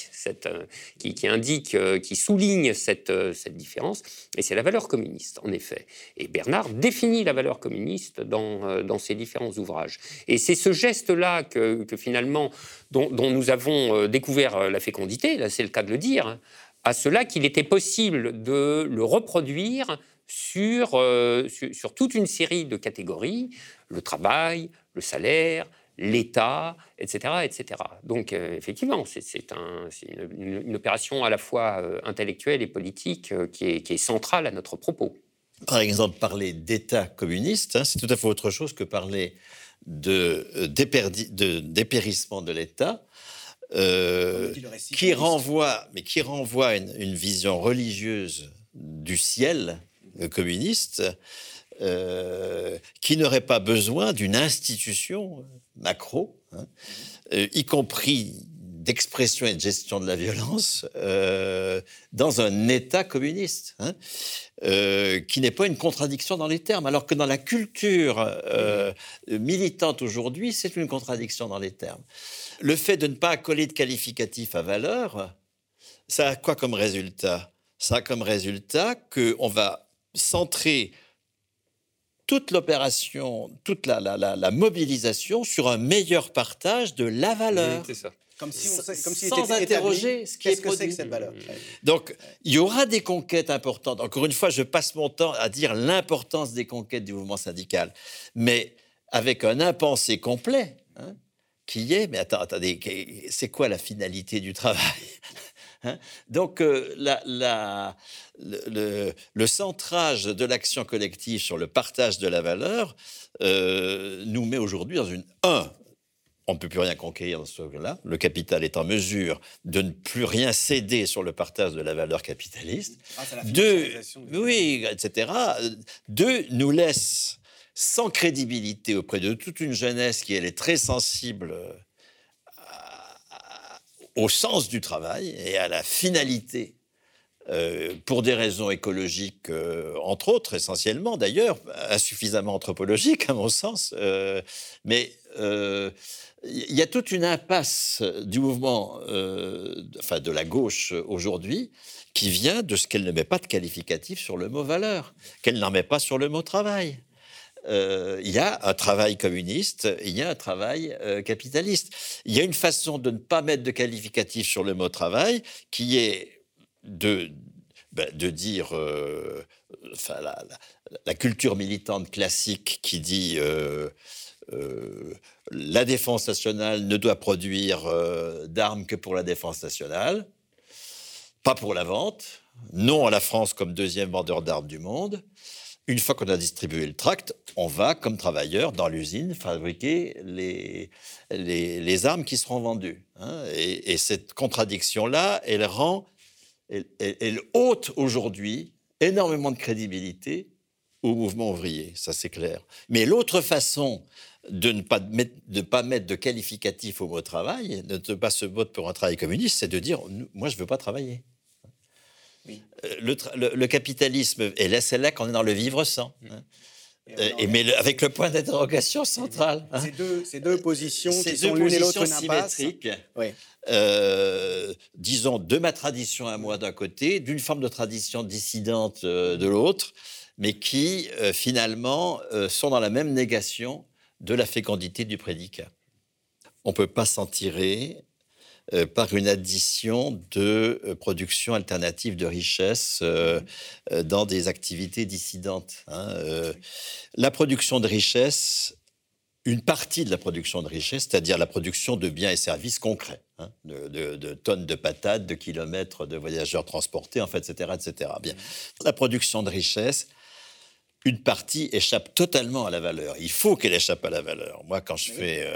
souligne cette différence, et c'est la valeur communiste, en effet. Et Bernard définit la valeur communiste dans ses différents ouvrages. Et c'est ce geste-là que finalement, dont nous avons découvert la fécondité, là c'est le cas de le dire, à cela qu'il était possible de le reproduire sur toute une série de catégories, le travail, le salaire, l'État, etc., etc. Donc, effectivement, c'est une opération à la fois intellectuelle et politique qui est centrale à notre propos. Par exemple, parler d'État communiste, hein, c'est tout à fait autre chose que parler de dépérissement de l'État, qui renvoie à une vision religieuse du ciel communiste, qui n'aurait pas besoin d'une institution macro, hein, y compris d'expression et de gestion de la violence, dans un État communiste, hein, qui n'est pas une contradiction dans les termes, alors que dans la culture militante aujourd'hui, c'est une contradiction dans les termes. Le fait de ne pas accoler de qualificatif à valeur, ça a quoi comme résultat? Ça a comme résultat qu'on va centrer toute l'opération, toute la mobilisation sur un meilleur partage de la valeur. C'est ça. Comme si sans interroger ce qui est produit. C'est que cette valeur. Donc, il y aura des conquêtes importantes. Encore une fois, je passe mon temps à dire l'importance des conquêtes du mouvement syndical, mais avec un impensé complet, hein, qui est, mais attendez, c'est quoi la finalité du travail? Hein? Donc, le centrage de l'action collective sur le partage de la valeur nous met aujourd'hui dans on ne peut plus rien conquérir dans ce truc-là. Le capital est en mesure de ne plus rien céder sur le partage de la valeur capitaliste. Oui, etc. Deux, nous laisse sans crédibilité auprès de toute une jeunesse qui, elle, est très sensible au sens du travail et à la finalité, pour des raisons écologiques, entre autres, essentiellement d'ailleurs, insuffisamment anthropologiques à mon sens, mais il y a toute une impasse du mouvement, de la gauche aujourd'hui, qui vient de ce qu'elle ne met pas de qualificatif sur le mot valeur, qu'elle n'en met pas sur le mot travail. Il y a un travail communiste, il y a un travail capitaliste. Il y a une façon de ne pas mettre de qualificatif sur le mot travail qui est de dire, la culture militante classique qui dit la défense nationale ne doit produire d'armes que pour la défense nationale, pas pour la vente, non à la France comme deuxième vendeur d'armes du monde. Une fois qu'on a distribué le tract, on va, comme travailleur, dans l'usine, fabriquer les armes qui seront vendues. Hein. Et cette contradiction-là, elle ôte aujourd'hui énormément de crédibilité au mouvement ouvrier, ça c'est clair. Mais l'autre façon de ne pas mettre de qualificatif au mot travail, de ne pas se battre pour un travail communiste, c'est de dire « moi je ne veux pas travailler ». Oui. Le capitalisme, et là c'est là qu'on est dans le vivre sans. Hein. Mais avec le point d'interrogation central. Hein. Ces deux positions qui sont l'une et l'autre une impasse. Symétriques. Oui. Disons, de ma tradition à moi d'un côté, d'une forme de tradition dissidente de l'autre, mais qui finalement sont dans la même négation de la fécondité du prédicat. On ne peut pas s'en tirer par une addition de production alternative de richesse dans des activités dissidentes. Hein. La production de richesse, une partie de la production de richesse, c'est-à-dire la production de biens et services concrets, hein, de tonnes de patates, de kilomètres de voyageurs transportés, en fait, etc., etc. Bien. La production de richesse, une partie échappe totalement à la valeur. Il faut qu'elle échappe à la valeur. Moi, quand je fais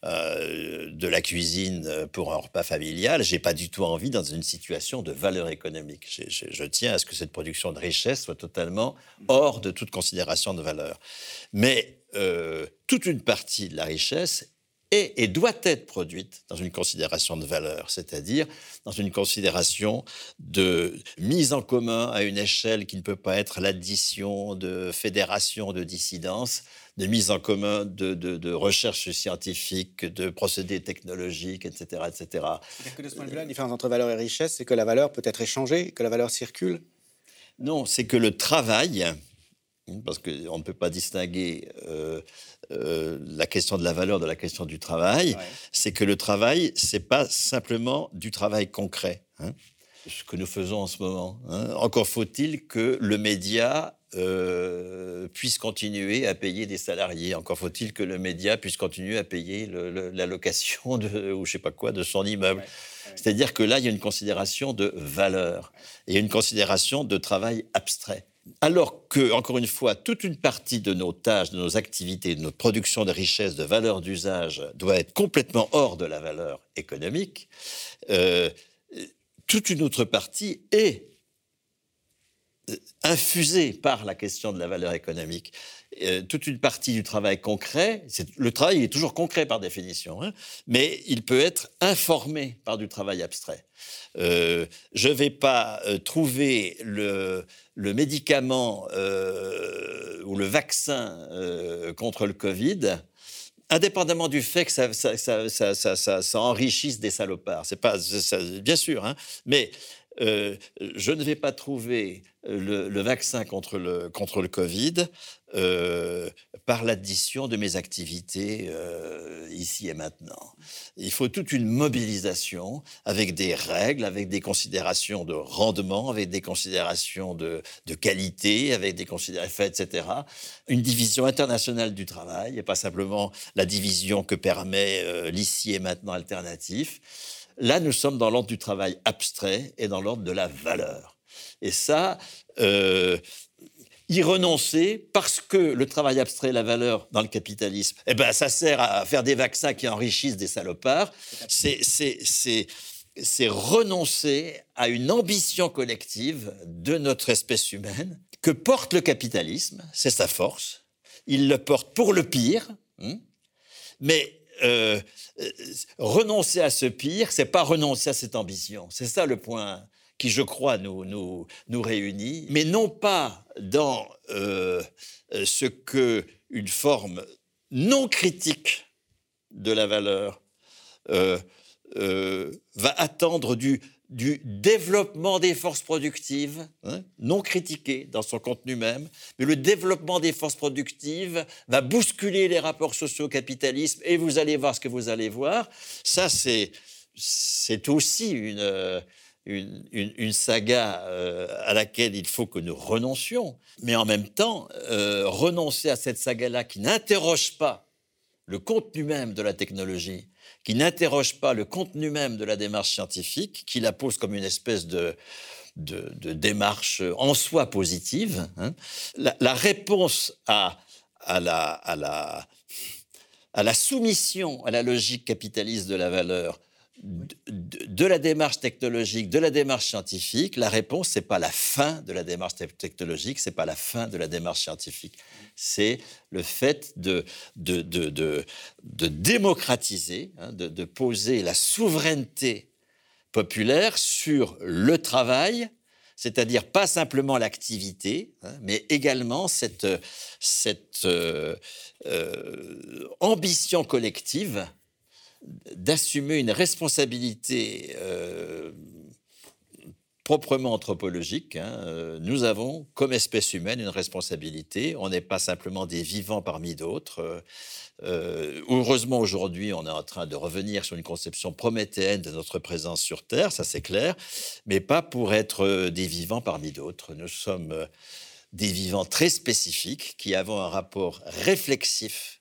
de la cuisine pour un repas familial, j'ai pas du tout envie dans une situation de valeur économique. Je tiens à ce que cette production de richesse soit totalement hors de toute considération de valeur. Mais toute une partie de la richesse est et doit être produite dans une considération de valeur, c'est-à-dire dans une considération de mise en commun à une échelle qui ne peut pas être l'addition de fédérations de dissidence, de mise en commun de recherches scientifiques, de procédés technologiques, etc., etc. C'est-à-dire que de ce point de vue-là, la différence entre valeur et richesse, c'est que la valeur peut être échangée, que la valeur circule? Non, c'est que le travail, parce qu'on ne peut pas distinguer la question de la valeur de la question du travail, ouais. C'est que le travail, ce n'est pas simplement du travail concret, hein, ce que nous faisons en ce moment. Hein. Encore faut-il que le média puisse continuer à payer des salariés. Encore faut-il que le média puisse continuer à payer la location ou je ne sais pas quoi de son immeuble. Ouais. Ouais. C'est-à-dire que là, il y a une considération de valeur et une considération de travail abstrait. Alors que, encore une fois, toute une partie de nos tâches, de nos activités, de notre production de richesse, de valeur d'usage, doit être complètement hors de la valeur économique, toute une autre partie est infusée par la question de la valeur économique. Toute une partie du travail concret, le travail il est toujours concret par définition, hein, mais il peut être informé par du travail abstrait. Je ne vais pas trouver le médicament ou le vaccin contre le Covid, indépendamment du fait que ça enrichisse des salopards. C'est pas, bien sûr, hein, mais je ne vais pas trouver le vaccin contre le Covid par l'addition de mes activités ici et maintenant. Il faut toute une mobilisation avec des règles, avec des considérations de rendement, avec des considérations de qualité, avec des considérations, etc. Une division internationale du travail, et pas simplement la division que permet l'ici et maintenant alternatif. Là, nous sommes dans l'ordre du travail abstrait et dans l'ordre de la valeur. Et ça, y renoncer parce que le travail abstrait et la valeur dans le capitalisme, ça sert à faire des vaccins qui enrichissent des salopards. C'est renoncer à une ambition collective de notre espèce humaine que porte le capitalisme, c'est sa force. Il le porte pour le pire, mais renoncer à ce pire, c'est pas renoncer à cette ambition. C'est ça le point qui, je crois, nous réunit, mais non pas dans ce que une forme non critique de la valeur va attendre du développement des forces productives, non critiqué dans son contenu même, mais le développement des forces productives va bousculer les rapports sociaux au capitalisme, et vous allez voir ce que vous allez voir. Ça, c'est aussi une saga à laquelle il faut que nous renoncions, mais en même temps, renoncer à cette saga-là qui n'interroge pas le contenu même de la technologie, qui n'interroge pas le contenu même de la démarche scientifique, qui la pose comme une espèce de démarche en soi positive. La réponse à la soumission à la logique capitaliste de la valeur, de la démarche technologique, de la démarche scientifique, la réponse, c'est pas la fin de la démarche technologique, c'est pas la fin de la démarche scientifique. C'est le fait de démocratiser, de poser la souveraineté populaire sur le travail, c'est-à-dire pas simplement l'activité, mais également cette ambition collective d'assumer une responsabilité proprement anthropologique. Nous avons, comme espèce humaine, une responsabilité. On n'est pas simplement des vivants parmi d'autres. Heureusement, aujourd'hui, on est en train de revenir sur une conception prométhéenne de notre présence sur Terre, ça c'est clair, mais pas pour être des vivants parmi d'autres. Nous sommes des vivants très spécifiques qui avons un rapport réflexif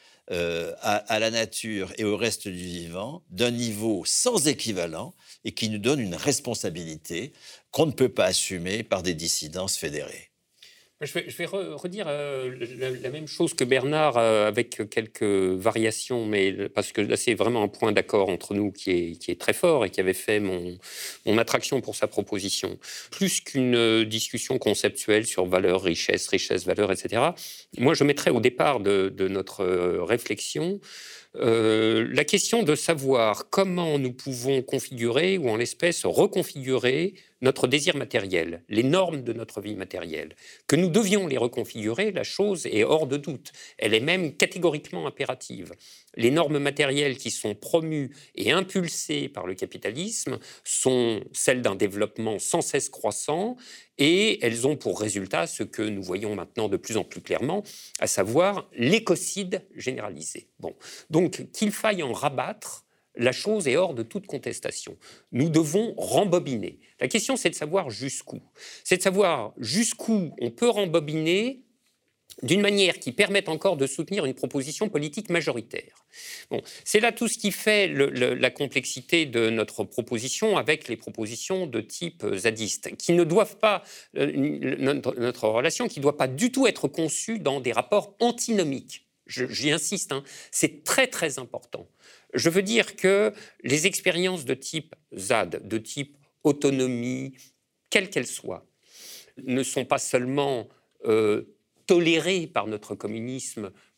à la nature et au reste du vivant d'un niveau sans équivalent et qui nous donne une responsabilité qu'on ne peut pas assumer par des dissidences fédérées. Je vais redire la même chose que Bernard avec quelques variations, mais parce que là c'est vraiment un point d'accord entre nous qui est très fort et qui avait fait mon attraction pour sa proposition. Plus qu'une discussion conceptuelle sur valeur, richesse, valeur, etc., moi je mettrais au départ de notre réflexion la question de savoir comment nous pouvons configurer ou en l'espèce reconfigurer notre désir matériel, les normes de notre vie matérielle. Que nous devions les reconfigurer, la chose est hors de doute. Elle est même catégoriquement impérative. Les normes matérielles qui sont promues et impulsées par le capitalisme sont celles d'un développement sans cesse croissant et elles ont pour résultat ce que nous voyons maintenant de plus en plus clairement, à savoir l'écocide généralisé. Donc qu'il faille en rabattre, la chose est hors de toute contestation. Nous devons rembobiner. La question, c'est de savoir jusqu'où. C'est de savoir jusqu'où on peut rembobiner d'une manière qui permette encore de soutenir une proposition politique majoritaire. C'est là tout ce qui fait la complexité de notre proposition avec les propositions de type zadiste, qui ne doivent pas, notre relation, qui ne doit pas du tout être conçue dans des rapports antinomiques. J'y insiste, c'est très très important. Je veux dire que les expériences de type ZAD, de type autonomie, quelle qu'elle soit, ne sont pas seulement tolérées par notre communisme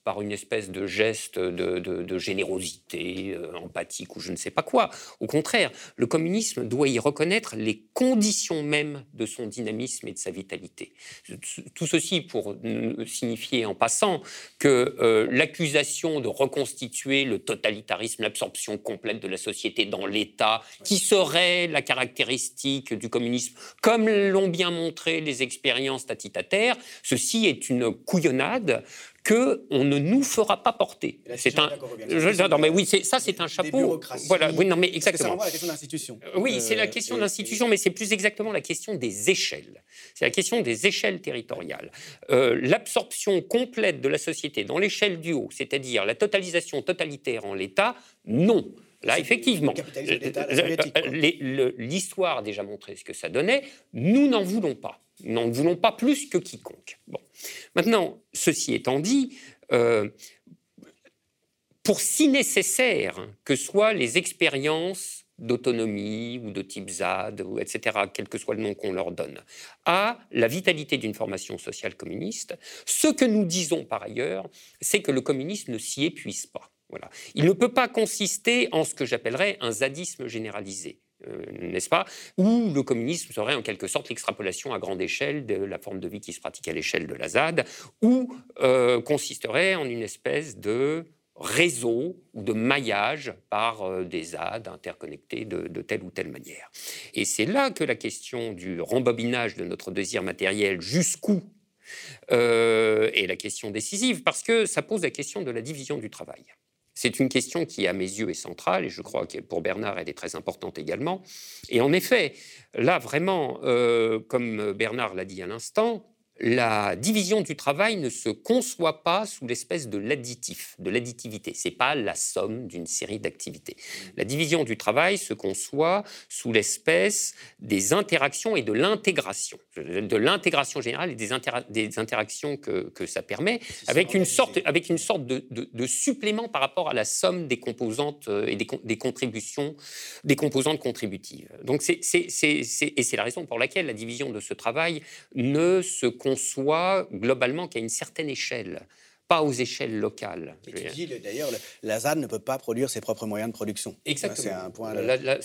par une espèce de geste de générosité empathique ou je ne sais pas quoi. Au contraire, le communisme doit y reconnaître les conditions mêmes de son dynamisme et de sa vitalité. Tout ceci pour signifier en passant que l'accusation de reconstituer le totalitarisme, l'absorption complète de la société dans l'État, qui serait la caractéristique du communisme, comme l'ont bien montré les expériences statutataires, ceci est une couillonnade qu'on ne nous fera pas porter. C'est un. Non, mais oui, c'est un chapeau. Voilà, oui, non, mais exactement. Ça renvoie à la question d'institution. Oui, c'est la question d'institution, mais c'est plus exactement la question des échelles. C'est la question des échelles territoriales. L'absorption complète de la société dans l'échelle du haut, c'est-à-dire la totalisation totalitaire en l'État, non. Là, effectivement, l'histoire a déjà montré ce que ça donnait. Nous n'en voulons pas. Nous n'en voulons pas plus que quiconque. Bon. Maintenant, ceci étant dit, pour si nécessaires que soient les expériences d'autonomie ou de type ZAD, ou etc., quel que soit le nom qu'on leur donne, à la vitalité d'une formation sociale communiste, ce que nous disons par ailleurs, c'est que le communisme ne s'y épuise pas. Voilà. Il ne peut pas consister en ce que j'appellerais un zadisme généralisé. N'est-ce pas? Où le communisme serait en quelque sorte l'extrapolation à grande échelle de la forme de vie qui se pratique à l'échelle de la ZAD, ou consisterait en une espèce de réseau ou de maillage par des ZAD interconnectés de telle ou telle manière. Et c'est là que la question du rembobinage de notre désir matériel jusqu'où est la question décisive, parce que ça pose la question de la division du travail. C'est une question qui, à mes yeux, est centrale, et je crois que pour Bernard, elle est très importante également. Et en effet, là, vraiment, comme Bernard l'a dit à l'instant, la division du travail ne se conçoit pas sous l'espèce de l'additif, de l'additivité. Ce n'est pas la somme d'une série d'activités. La division du travail se conçoit sous l'espèce des interactions et de l'intégration générale et des interactions que ça permet, avec une sorte de supplément par rapport à la somme des composantes et des contributions, des composantes contributives. Donc et c'est la raison pour laquelle la division de ce travail ne se conçoit globalement qu'à une certaine échelle, pas aux échelles locales. Et tu dis, d'ailleurs, la ZAD ne peut pas produire ses propres moyens de production. Exactement. C'est un point,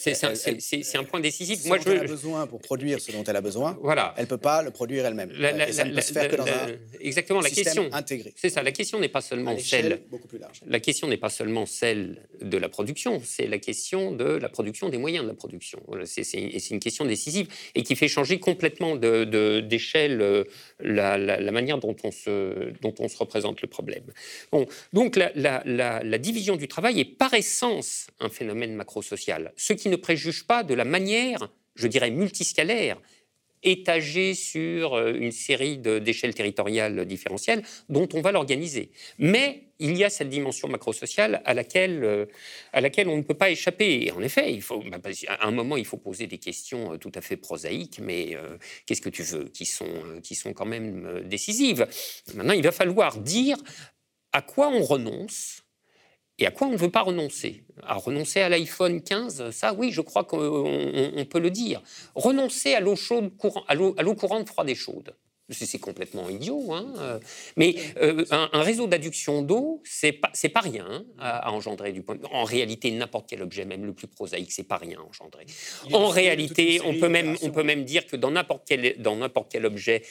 c'est un point décisif. Moi, elle a besoin pour produire ce dont elle a besoin. Voilà. Elle ne peut pas le produire elle-même. Et ça ne peut se faire que dans un exactement, la système question intégré. C'est ça. La question n'est pas seulement celle. Beaucoup plus large. La question n'est pas seulement celle de la production, c'est la question de la production des moyens de la production. Voilà, c'est une question décisive et qui fait changer complètement d'échelle la manière dont on se représente le problème. Bon, donc la division du travail est par essence un phénomène macrosocial, ce qui ne préjuge pas de la manière, je dirais, multiscalaire, étagée sur une série d'échelles territoriales différentielles dont on va l'organiser. Mais il y a cette dimension macrosociale à laquelle on ne peut pas échapper. Et en effet, à un moment, il faut poser des questions tout à fait prosaïques, mais qu'est-ce que tu veux, qui sont quand même décisives. Maintenant, il va falloir dire à quoi on renonce et à quoi on ne veut pas renoncer. À renoncer à l'iPhone 15, ça, oui, je crois qu'on peut le dire. Renoncer à l'eau chaude, à l'eau courante, froide et chaude. C'est complètement idiot, hein. Mais un réseau d'adduction d'eau, c'est pas rien à engendrer. En réalité, n'importe quel objet, même le plus prosaïque, c'est pas rien à engendrer. En réalité, on peut même dire que dans n'importe quel objet,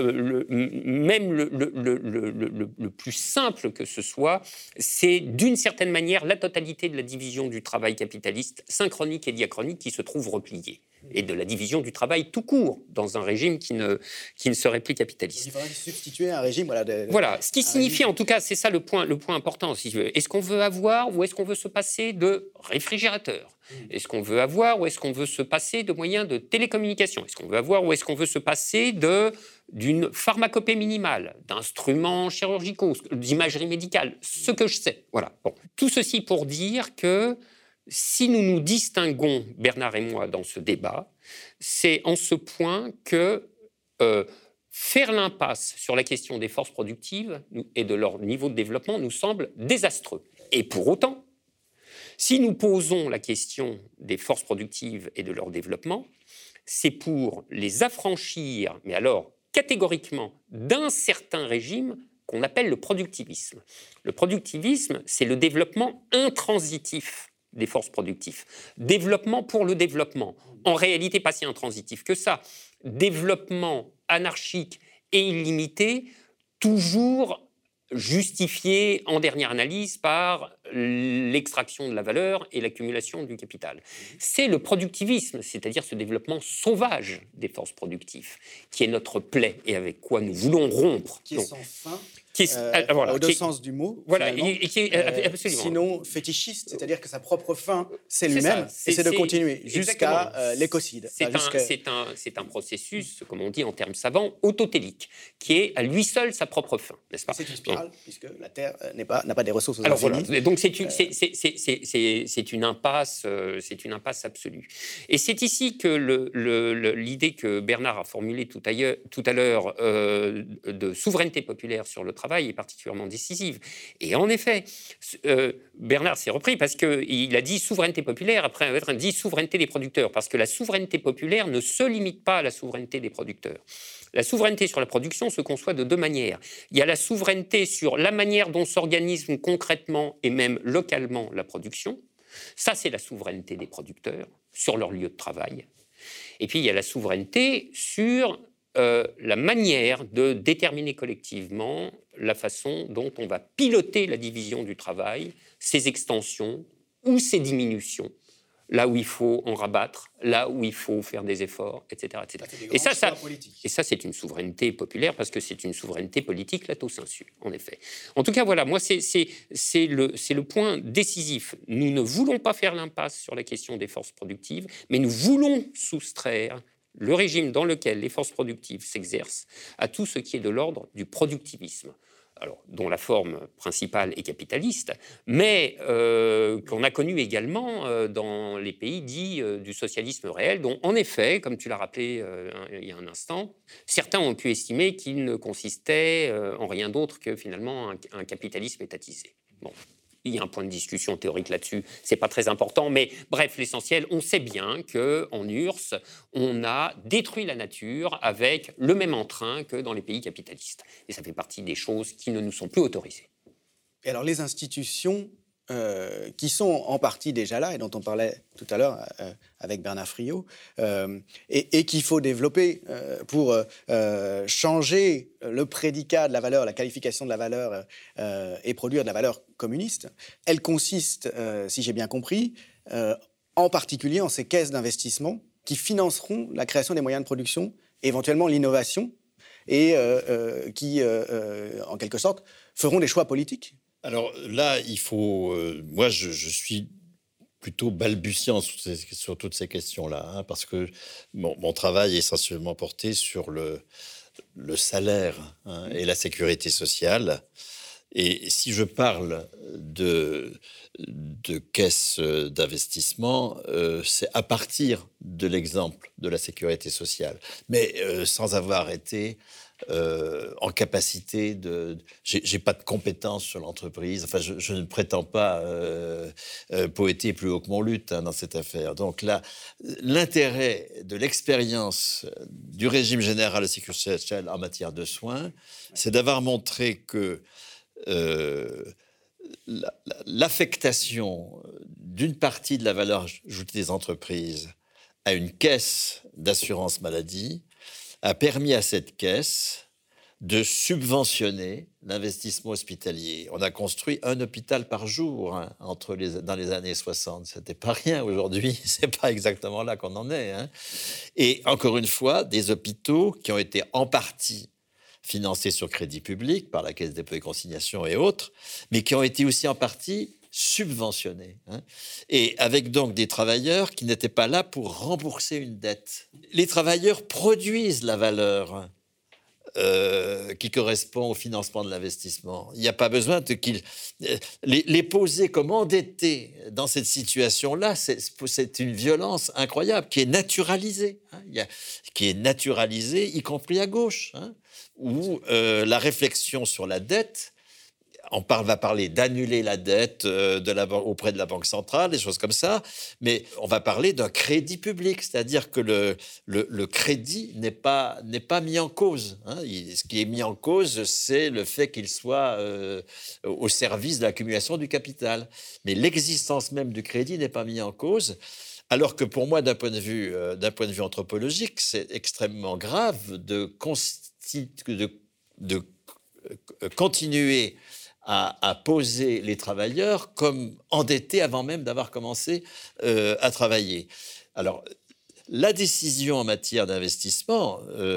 même le plus simple que ce soit, c'est d'une certaine manière la totalité de la division du travail capitaliste, synchronique et diachronique, qui se trouve repliée. Et de la division du travail tout court, dans un régime qui ne serait plus capitaliste. Il faudrait substituer un régime... Voilà, ce qui signifie, en tout cas, c'est ça le point important, si je veux. Est-ce qu'on veut avoir ou est-ce qu'on veut se passer de réfrigérateurs? Est-ce qu'on veut avoir ou est-ce qu'on veut se passer de moyens de télécommunication? Est-ce qu'on veut avoir ou est-ce qu'on veut se passer d'une pharmacopée minimale, d'instruments chirurgicaux, d'imagerie médicale, ce que je sais. Voilà. Bon. Tout ceci pour dire que si nous nous distinguons, Bernard et moi, dans ce débat, c'est en ce point que faire l'impasse sur la question des forces productives et de leur niveau de développement nous semble désastreux. Et pour autant, si nous posons la question des forces productives et de leur développement, c'est pour les affranchir, mais alors catégoriquement, d'un certain régime qu'on appelle le productivisme. Le productivisme, c'est le développement intransitif des forces productives. Développement pour le développement. En réalité, pas si intransitif que ça. Développement anarchique et illimité, toujours justifié en dernière analyse par l'extraction de la valeur et l'accumulation du capital. C'est le productivisme, c'est-à-dire ce développement sauvage des forces productives, qui est notre plaie et avec quoi nous voulons rompre. Qui est sans fin. Voilà, aux deux sens du mot. Voilà, et qui est absolument. Sinon fétichiste, c'est-à-dire que sa propre fin, c'est lui-même, et c'est de continuer jusqu'à l'écocide. C'est un processus, comme on dit en termes savants, autotélique, qui est à lui seul sa propre fin, n'est-ce pas? C'est une spirale, puisque la Terre n'a pas des ressources alors infinies. voilà, donc c'est une impasse absolue. Et c'est ici que l'idée que Bernard a formulée tout à l'heure de souveraineté populaire sur le travail est particulièrement décisive. Et en effet, Bernard s'est repris parce qu'il a dit souveraineté populaire après avoir dit souveraineté des producteurs, parce que la souveraineté populaire ne se limite pas à la souveraineté des producteurs. La souveraineté sur la production se conçoit de deux manières. Il y a la souveraineté sur la manière dont s'organise concrètement et même localement la production. Ça, c'est la souveraineté des producteurs sur leur lieu de travail. Et puis, il y a la souveraineté sur la manière de déterminer collectivement la façon dont on va piloter la division du travail, ses extensions ou ses diminutions, là où il faut en rabattre, là où il faut faire des efforts, etc. etc. Et ça, c'est une souveraineté populaire, parce que c'est une souveraineté politique lato sensu, en effet. En tout cas, voilà, moi, c'est le point décisif. Nous ne voulons pas faire l'impasse sur la question des forces productives, mais nous voulons soustraire le régime dans lequel les forces productives s'exercent à tout ce qui est de l'ordre du productivisme, alors, dont la forme principale est capitaliste, mais qu'on a connu également dans les pays dits du socialisme réel, dont, en effet, comme tu l'as rappelé il y a un instant, certains ont pu estimer qu'il ne consistait en rien d'autre que, finalement, un capitalisme étatisé. Bon. Il y a un point de discussion théorique là-dessus, c'est pas très important, mais bref, l'essentiel, on sait bien qu'en URSS, on a détruit la nature avec le même entrain que dans les pays capitalistes. Et ça fait partie des choses qui ne nous sont plus autorisées. Et alors, les institutions qui sont en partie déjà là, et dont on parlait tout à l'heure avec Bernard Friot, et qu'il faut développer pour changer le prédicat de la valeur, la qualification de la valeur, et produire de la valeur communiste. Elle consiste, si j'ai bien compris, en particulier en ces caisses d'investissement qui financeront la création des moyens de production, éventuellement l'innovation, et qui, en quelque sorte, feront des choix politiques. Alors là, il faut... moi, je suis plutôt balbutiant sur toutes ces questions-là, hein, parce que mon travail est essentiellement porté sur le salaire, hein, et la sécurité sociale. Et si je parle de caisses d'investissement, c'est à partir de l'exemple de la sécurité sociale, mais sans avoir été en capacité de... J'ai pas de compétences sur l'entreprise. Enfin, je ne prétends pas poéter plus haut que mon luth, hein, dans cette affaire. Donc là, l'intérêt de l'expérience du régime général de sécurité sociale en matière de soins, c'est d'avoir montré que l'affectation d'une partie de la valeur ajoutée des entreprises à une caisse d'assurance maladie a permis à cette caisse de subventionner l'investissement hospitalier. On a construit un hôpital par jour, hein, dans les années 60. C'était pas rien aujourd'hui, c'est pas exactement là qu'on en est, hein. Et encore une fois, des hôpitaux qui ont été en partie financés sur crédit public par la Caisse des dépôts et consignations et autres, mais qui ont été aussi en partie subventionnés, hein, et avec donc des travailleurs qui n'étaient pas là pour rembourser une dette. Les travailleurs produisent la valeur qui correspond au financement de l'investissement. Il n'y a pas besoin qu'ils... Les poser comme endettés dans cette situation-là, c'est une violence incroyable qui est naturalisée, hein, qui est naturalisée, y compris à gauche, hein, où la réflexion sur la dette va parler d'annuler la dette auprès de la Banque centrale, des choses comme ça, mais on va parler d'un crédit public, c'est-à-dire que le crédit n'est pas mis en cause. Hein. Ce qui est mis en cause, c'est le fait qu'il soit au service de l'accumulation du capital. Mais l'existence même du crédit n'est pas mise en cause. Alors que pour moi, d'un point de vue anthropologique, c'est extrêmement grave de continuer à poser les travailleurs comme endettés avant même d'avoir commencé à travailler. Alors, la décision en matière d'investissement,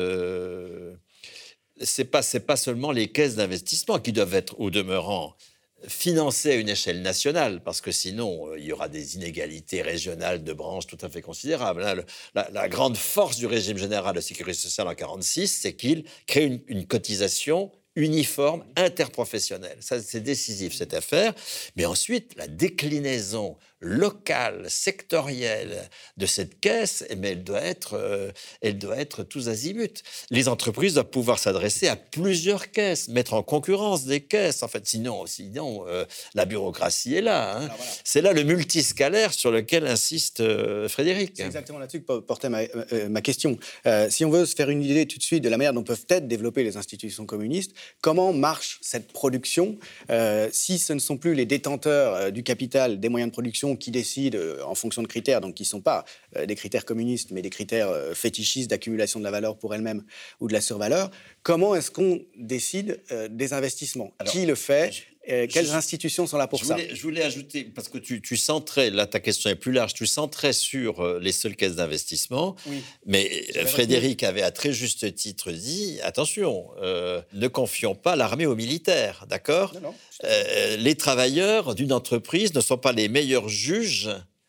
c'est pas seulement les caisses d'investissement qui doivent être, au demeurant, financées à une échelle nationale, parce que sinon, il y aura des inégalités régionales de branches tout à fait considérables. Hein. La grande force du régime général de sécurité sociale en 1946, c'est qu'il crée une cotisation uniforme, interprofessionnelle. Ça, c'est décisif, cette affaire. Mais ensuite, la déclinaison locale, sectorielle de cette caisse, eh bien, elle doit être tous azimuts. Les entreprises doivent pouvoir s'adresser à plusieurs caisses, mettre en concurrence des caisses. En fait, sinon la bureaucratie est là. Hein. Voilà. C'est là le multiscalaire sur lequel insiste Frédéric. C'est exactement là-dessus que portait ma question. Si on veut se faire une idée tout de suite de la manière dont peuvent être développées les institutions communistes, comment marche cette production si ce ne sont plus les détenteurs du capital, des moyens de production qui décident en fonction de critères, donc qui ne sont pas des critères communistes, mais des critères fétichistes d'accumulation de la valeur pour elle-même ou de la survaleur. Comment est-ce qu'on décide des investissements? Qui le fait? Quelles institutions sont là pour ça? Je voulais ajouter, parce que tu centrais, là ta question est plus large, tu centrais sur les seules caisses d'investissement, oui. Mais Frédéric avait à très juste titre dit, attention, ne confions pas l'armée aux militaires, d'accord? Non. Les travailleurs d'une entreprise ne sont pas les meilleurs juges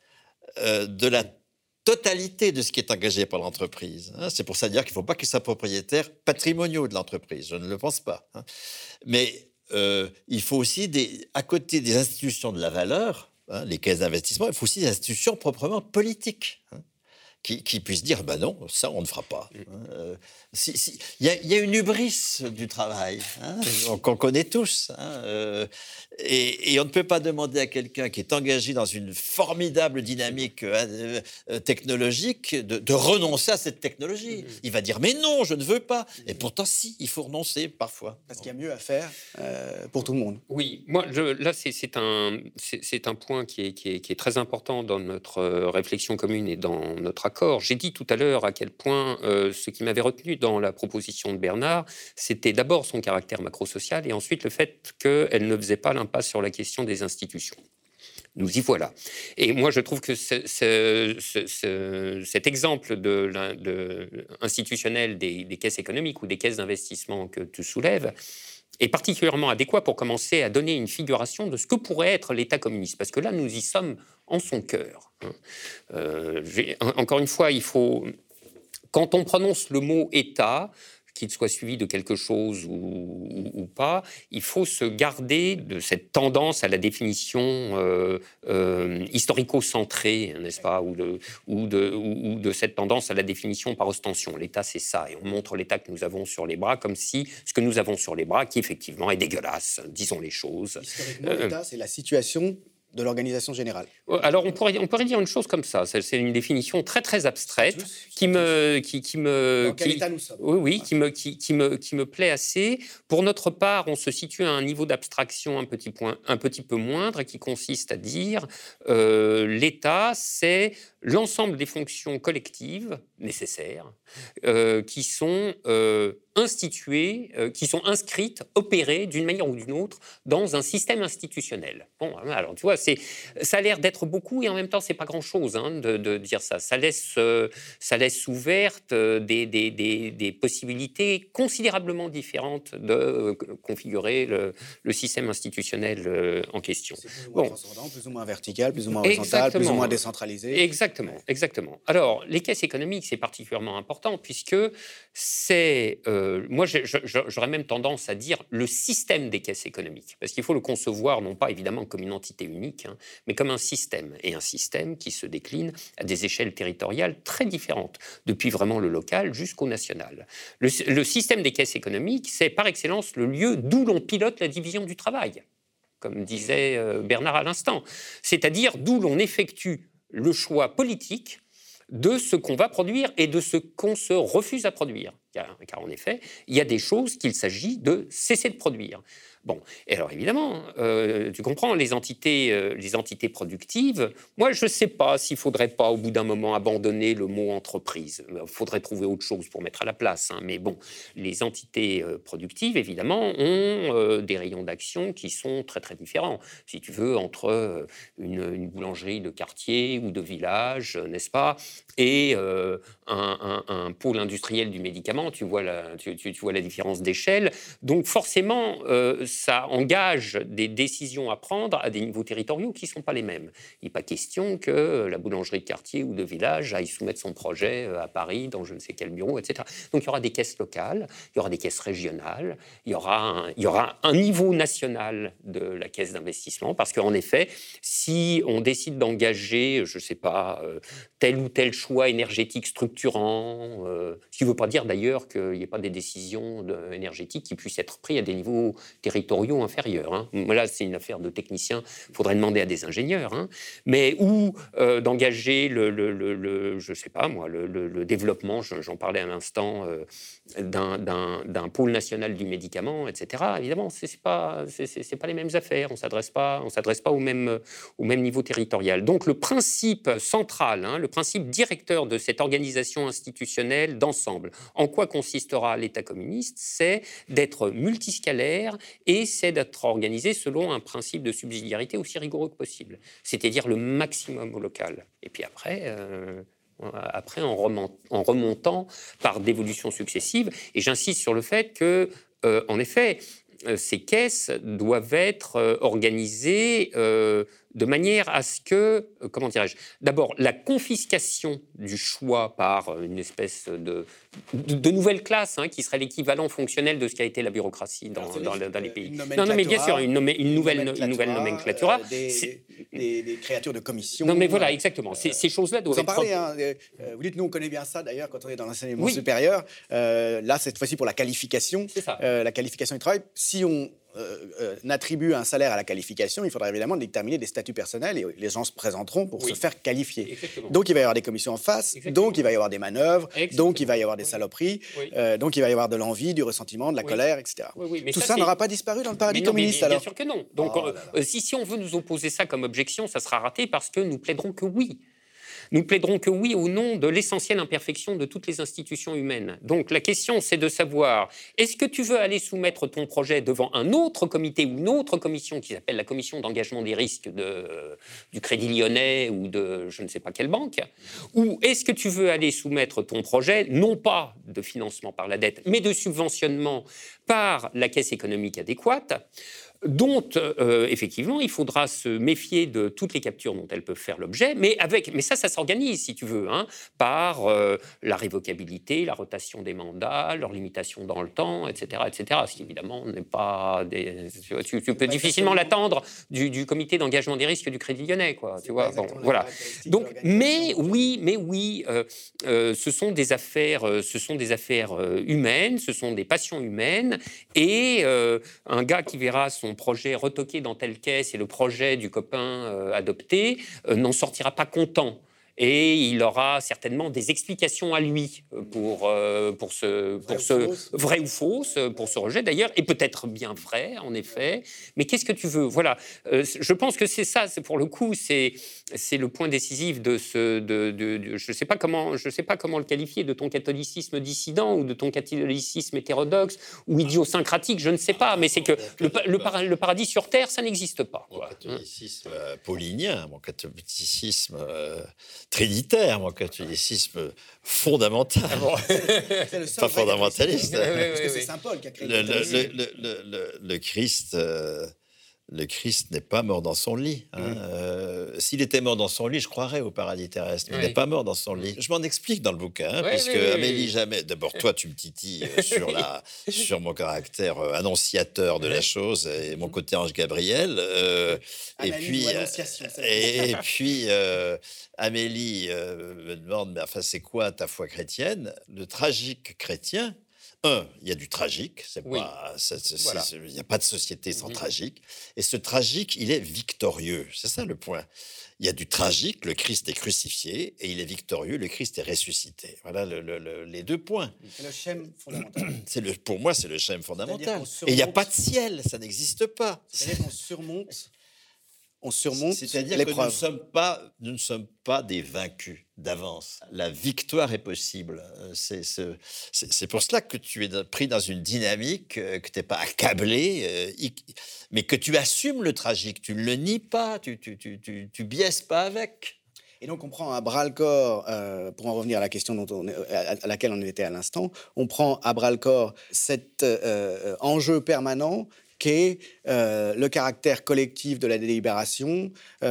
de la totalité de ce qui est engagé par l'entreprise. Hein. C'est pour ça dire qu'il ne faut pas qu'ils soient propriétaires patrimoniaux de l'entreprise, je ne le pense pas. Hein. Mais il faut aussi, à côté des institutions de la valeur, hein, les caisses d'investissement, il faut aussi des institutions proprement politiques, hein, qui puissent dire ben non, ça on ne fera pas. Il y a une hubris du travail, hein, qu'on connaît tous. Hein, et on ne peut pas demander à quelqu'un qui est engagé dans une formidable dynamique technologique de renoncer à cette technologie. Il va dire mais non, je ne veux pas. Et pourtant si, il faut renoncer parfois. Parce qu'il y a mieux à faire pour tout le monde. Oui, moi là c'est un point qui est très important dans notre réflexion commune et dans notre accord. J'ai dit tout à l'heure à quel point ce qui m'avait retenu dans la proposition de Bernard, c'était d'abord son caractère macro-social et ensuite le fait qu'elle ne faisait pas l'impasse sur la question des institutions. Nous y voilà. Et moi, je trouve que cet exemple institutionnel des caisses économiques ou des caisses d'investissement que tu soulèves est particulièrement adéquat pour commencer à donner une figuration de ce que pourrait être l'État communiste. Parce que là, nous y sommes en son cœur. Encore une fois, quand on prononce le mot État, qu'il soit suivi de quelque chose ou pas, il faut se garder de cette tendance à la définition historico-centrée, n'est-ce pas, ou de cette tendance à la définition par ostension. L'État, c'est ça, et on montre l'État que nous avons sur les bras comme si ce que nous avons sur les bras, qui effectivement est dégueulasse, disons les choses. Historiquement, l'État, c'est la situation de l'organisation générale. Alors on pourrait dire une chose comme ça. C'est une définition très très abstraite qui me Dans quel état nous sommes? Oui, qui me plaît assez. Pour notre part, on se situe à un niveau d'abstraction un petit peu moindre, qui consiste à dire l'État, c'est l'ensemble des fonctions collectives nécessaires qui sont instituées, qui sont inscrites, opérées d'une manière ou d'une autre dans un système institutionnel. Bon, alors tu vois, ça a l'air d'être beaucoup et en même temps c'est pas grand-chose hein, de dire ça. Ça laisse ouvertes des possibilités considérablement différentes de configurer le système institutionnel en question. C'est plus ou moins transcendant, plus ou moins vertical, plus ou moins horizontal, plus ou moins décentralisé. Exactement. Alors, les caisses économiques, c'est particulièrement important puisque c'est moi, j'aurais même tendance à dire le système des caisses économiques, parce qu'il faut le concevoir non pas évidemment comme une entité unique, hein, mais comme un système, et un système qui se décline à des échelles territoriales très différentes, depuis vraiment le local jusqu'au national. Le système des caisses économiques, c'est par excellence le lieu d'où l'on pilote la division du travail, comme disait Bernard à l'instant, c'est-à-dire d'où l'on effectue le choix politique de ce qu'on va produire et de ce qu'on se refuse à produire. Car en effet, il y a des choses qu'il s'agit de cesser de produire. Bon, et alors évidemment, tu comprends, les entités productives, moi je ne sais pas s'il ne faudrait pas au bout d'un moment abandonner le mot entreprise. Il faudrait trouver autre chose pour mettre à la place. Hein. Mais bon, les entités productives, évidemment, ont des rayons d'action qui sont très très différents. Si tu veux, entre une boulangerie de quartier ou de village, n'est-ce pas, et un pôle industriel du médicament, tu vois la différence d'échelle. Donc forcément, ça engage des décisions à prendre à des niveaux territoriaux qui ne sont pas les mêmes. Il n'est pas question que la boulangerie de quartier ou de village aille soumettre son projet à Paris, dans je ne sais quel bureau, etc. Donc il y aura des caisses locales, il y aura des caisses régionales, il y aura un niveau national de la caisse d'investissement, parce qu'en effet, si on décide d'engager, je ne sais pas, tel ou tel choix énergétique structurant, ce qui ne veut pas dire d'ailleurs qu'il n'y ait pas des décisions énergétiques qui puissent être prises à des niveaux territoriaux inférieurs. Hein. Là, c'est une affaire de technicien, il faudrait demander à des ingénieurs. Hein. Mais ou d'engager je sais pas moi, le développement, j'en parlais à l'instant, d'un pôle national du médicament, etc. Évidemment, c'est pas les mêmes affaires. On s'adresse pas au même niveau territorial. Donc le principe central, hein, le principe directeur de cette organisation institutionnelle d'ensemble, en quoi consistera l'État communiste, c'est d'être multiscalaire et c'est d'être organisé selon un principe de subsidiarité aussi rigoureux que possible, c'est-à-dire le maximum au local. Et puis après en remontant par dévolutions successives. Et j'insiste sur le fait que, en effet, ces caisses doivent être organisées de manière à ce que, comment dirais-je, d'abord, la confiscation du choix par une espèce de nouvelle classe, hein, qui serait l'équivalent fonctionnel de ce qu'a été la bureaucratie dans les pays. Non, mais bien sûr, une nouvelle nomenclatura. Des créatures de commission. Non, mais voilà, exactement. Ces choses-là doivent être... Vous en parlez, vous dites, nous, on connaît bien ça, d'ailleurs, quand on est dans l'enseignement supérieur. Là, cette fois-ci, pour la qualification. C'est ça. La qualification du travail. Si on attribue un salaire à la qualification, il faudra évidemment déterminer des statuts personnels et les gens se présenteront pour se faire qualifier. Exactement. Donc il va y avoir des commissions en face, donc il va y avoir des manœuvres, donc il va y avoir des saloperies, donc il va y avoir de l'envie, du ressentiment, de la colère, etc. Mais tout ça n'aura pas disparu dans le paradis communiste, alors. Bien sûr que non. Donc si on veut nous opposer ça comme objection, ça sera raté parce que nous plaiderons que oui. Nous plaiderons que oui au nom de l'essentielle imperfection de toutes les institutions humaines. Donc la question, c'est de savoir, est-ce que tu veux aller soumettre ton projet devant un autre comité ou une autre commission qui s'appelle la commission d'engagement des risques du Crédit Lyonnais ou de je ne sais pas quelle banque, ou est-ce que tu veux aller soumettre ton projet, non pas de financement par la dette, mais de subventionnement par la caisse économique adéquate, dont, effectivement, il faudra se méfier de toutes les captures dont elles peuvent faire l'objet, mais ça s'organise, si tu veux, hein, par la révocabilité, la rotation des mandats, leur limitation dans le temps, etc., ce qui, évidemment, n'est pas... Tu peux difficilement l'attendre du comité d'engagement des risques du Crédit Lyonnais, quoi, tu vois. Bon, voilà. Donc, mais oui, ce sont des affaires humaines, ce sont des passions humaines, et un gars qui verra son projet retoqué dans telle caisse et le projet du copain adopté n'en sortira pas content. Et il aura certainement des explications à lui pour ce vrai ou fausse, pour ce rejet d'ailleurs, et peut-être bien vrai en effet. Mais qu'est-ce que tu veux ? Voilà, je pense que c'est ça. C'est pour le coup, c'est le point décisif de je sais pas comment le qualifier, de ton catholicisme dissident ou de ton catholicisme hétérodoxe ou idiosyncratique, je ne sais pas. Mais c'est que le paradis sur terre, ça n'existe pas. Mon catholicisme paulinien, mon catholicisme trinitaire, mon catholicisme fondamental, pas fondamentaliste. Parce que c'est Saint Paul qui a créé le Christ le Christ n'est pas mort dans son lit. S'il était mort dans son lit, je croirais au paradis terrestre. Mais il n'est pas mort dans son lit. Je m'en explique dans le bouquin, puisque Amélie Jamais... D'abord, toi, tu me titilles sur mon caractère annonciateur de la chose et mon côté Ange Gabriel. Et puis, Amélie me demande, mais enfin, c'est quoi ta foi chrétienne? Le tragique chrétien, il y a du tragique, il n'y a pas de société sans tragique. Et ce tragique, il est victorieux. C'est ça le point. Il y a du tragique, le Christ est crucifié, et il est victorieux, le Christ est ressuscité. Voilà les deux points. C'est le schème fondamental. Pour moi, c'est le schème fondamental. Et il n'y a pas de ciel, ça n'existe pas. C'est-à-dire qu'on surmonte C'est-à-dire l'épreuve. que nous ne sommes pas des vaincus d'avance. La victoire est possible. C'est pour cela que tu es pris dans une dynamique, que tu n'es pas accablé, mais que tu assumes le tragique. Tu ne le nies pas, tu biaises pas avec. Et donc, on prend à bras-le-corps, pour en revenir à la question à laquelle on était à l'instant, on prend à bras-le-corps cet enjeu permanent qu'est le caractère collectif de la délibération,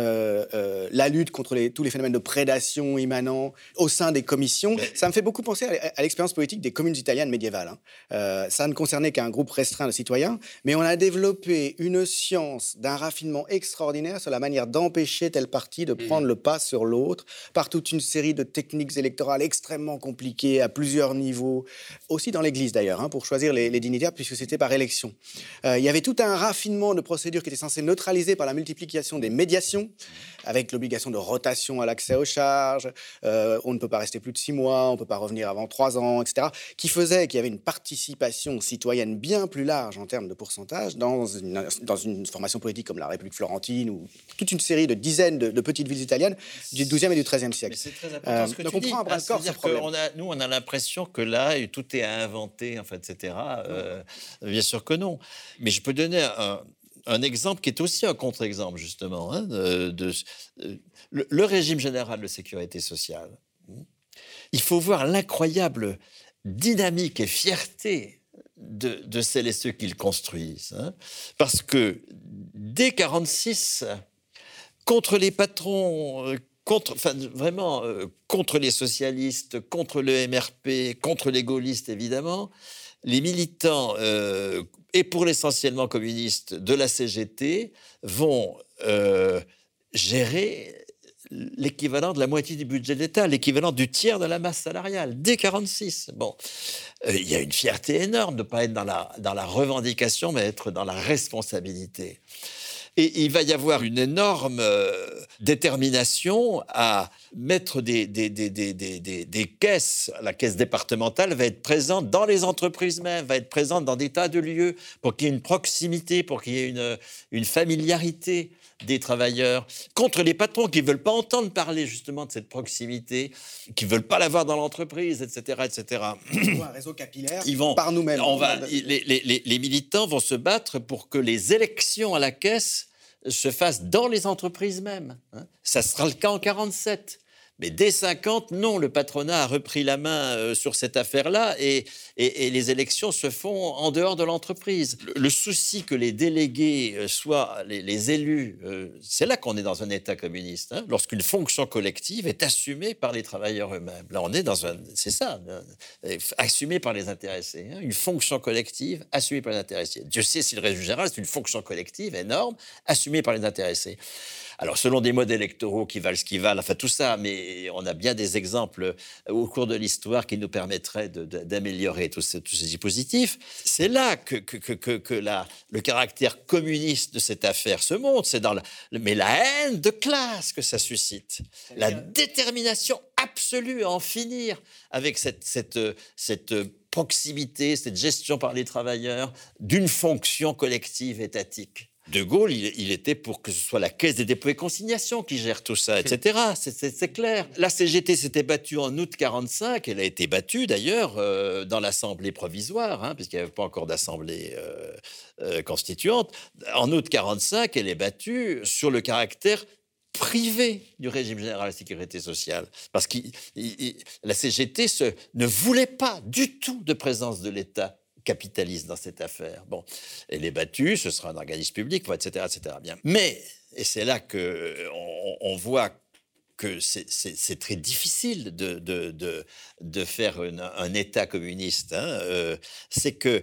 la lutte contre tous les phénomènes de prédation immanents au sein des commissions. Ça me fait beaucoup penser à l'expérience politique des communes italiennes médiévales. Ça ne concernait qu'un groupe restreint de citoyens, mais on a développé une science d'un raffinement extraordinaire sur la manière d'empêcher tel parti de prendre le pas sur l'autre, par toute une série de techniques électorales extrêmement compliquées à plusieurs niveaux, aussi dans l'Église d'ailleurs, pour choisir les dignitaires, puisque c'était par élection. Il y avait tout un raffinement de procédures qui était censé neutraliser par la multiplication des médiations, avec l'obligation de rotation à l'accès aux charges, on ne peut pas rester plus de 6 mois, on ne peut pas revenir avant 3 ans, etc., qui faisait qu'il y avait une participation citoyenne bien plus large en termes de pourcentage dans une formation politique comme la République florentine ou toute une série de dizaines de petites villes italiennes du XIIe et du XIIIe siècle. Mais c'est très important ce que donc tu on dis. prend à bras-le-corps ce problème. Nous, on a l'impression que là, tout est à inventer, en fait, etc. Bien sûr que non. Mais je peux donner un exemple qui est aussi un contre-exemple, justement, le régime général de sécurité sociale. Il faut voir l'incroyable dynamique et fierté de celles et ceux qui le construisent. Parce que dès 1946, contre les patrons... contre les socialistes, contre le MRP, contre les gaullistes, évidemment, les militants, et pour l'essentiellement communistes, de la CGT, vont gérer l'équivalent de la moitié du budget d'État, l'équivalent du tiers de la masse salariale, dès 1946. Bon, il y a une fierté énorme de ne pas être dans la revendication, mais être dans la responsabilité. Et il va y avoir une énorme détermination à mettre des caisses. La caisse départementale va être présente dans les entreprises même, va être présente dans des tas de lieux pour qu'il y ait une proximité, pour qu'il y ait une familiarité des travailleurs, contre les patrons qui ne veulent pas entendre parler justement de cette proximité, qui ne veulent pas l'avoir dans l'entreprise, etc. etc. Un réseau capillaire par nous-mêmes. Les militants vont se battre pour que les élections à la caisse se fassent dans les entreprises même. Ça sera le cas en 1947. Mais dès 1950, non, le patronat a repris la main sur cette affaire-là et les élections se font en dehors de l'entreprise. Le souci que les délégués soient les élus, c'est là qu'on est dans un État communiste, lorsqu'une fonction collective est assumée par les travailleurs eux-mêmes. Là, on est c'est ça, assumée par les intéressés. Une fonction collective assumée par les intéressés. Dieu sait si le régime général, c'est une fonction collective énorme, assumée par les intéressés. Alors, selon des modes électoraux qui valent ce qu'ils valent, enfin tout ça, mais on a bien des exemples au cours de l'histoire qui nous permettraient d'améliorer tous ces dispositifs. C'est là que le caractère communiste de cette affaire se montre. C'est mais la haine de classe que ça suscite, la détermination absolue à en finir avec cette proximité, cette gestion par les travailleurs d'une fonction collective étatique. De Gaulle, il était pour que ce soit la Caisse des dépôts et consignations qui gère tout ça, etc. C'est clair. La CGT s'était battue en août 1945. Elle a été battue, d'ailleurs, dans l'Assemblée provisoire, puisqu'il n'y avait pas encore d'Assemblée constituante. En août 1945, elle est battue sur le caractère privé du régime général de la sécurité sociale. Parce que la CGT ne voulait pas du tout de présence de l'État capitaliste dans cette affaire. Bon, elle est battue, ce sera un organisme public, etc., etc. Bien. Mais, et c'est là qu'on voit que c'est très difficile de faire un État communiste. Hein. C'est que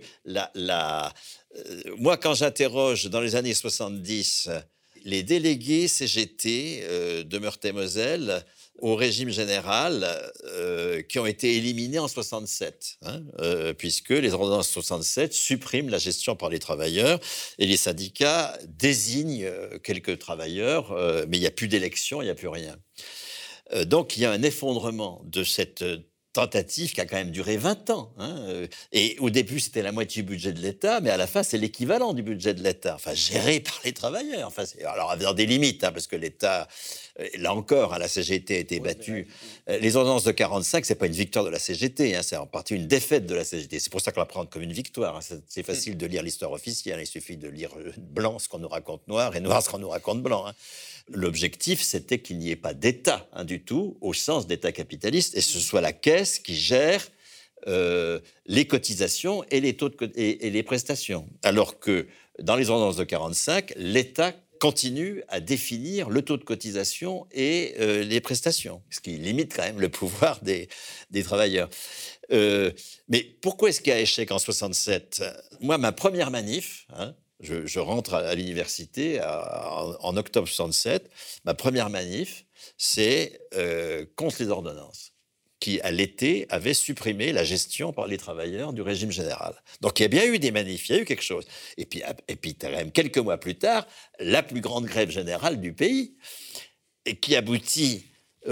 moi, quand j'interroge dans les années 70 les délégués CGT de Meurthe-et-Moselle au régime général qui ont été éliminés en 67, hein, puisque les ordonnances 67 suppriment la gestion par les travailleurs et les syndicats désignent quelques travailleurs, mais il n'y a plus d'élection, il n'y a plus rien. Donc il y a un effondrement de cette tentative qui a quand même duré 20 ans. Hein. Et au début, c'était la moitié du budget de l'État, mais à la fin, c'est l'équivalent du budget de l'État, enfin, géré par les travailleurs. Enfin, alors, dans des limites, hein, parce que l'État, là encore, hein, la CGT a été battue. Les ordonnances de 45, c'est pas une victoire de la CGT, hein, c'est en partie une défaite de la CGT. C'est pour ça qu'on la prend comme une victoire. Hein. C'est facile de lire l'histoire officielle, il suffit de lire blanc ce qu'on nous raconte noir et noir ce qu'on nous raconte blanc. Hein. L'objectif, c'était qu'il n'y ait pas d'État du tout, au sens d'État capitaliste, et ce soit la caisse qui gère les cotisations et les taux et les prestations. Alors que dans les ordonnances de 45, l'État continue à définir le taux de cotisation et les prestations, ce qui limite quand même le pouvoir des travailleurs. Mais pourquoi est-ce qu'il y a échec en 67 ? Moi, ma première manif... Hein, je rentre à l'université en octobre 67. Ma première manif, c'est contre les ordonnances, qui, à l'été, avaient supprimé la gestion par les travailleurs du régime général. Donc, il y a bien eu des manifs, il y a eu quelque chose. Et puis quand même, quelques mois plus tard, la plus grande grève générale du pays, et qui aboutit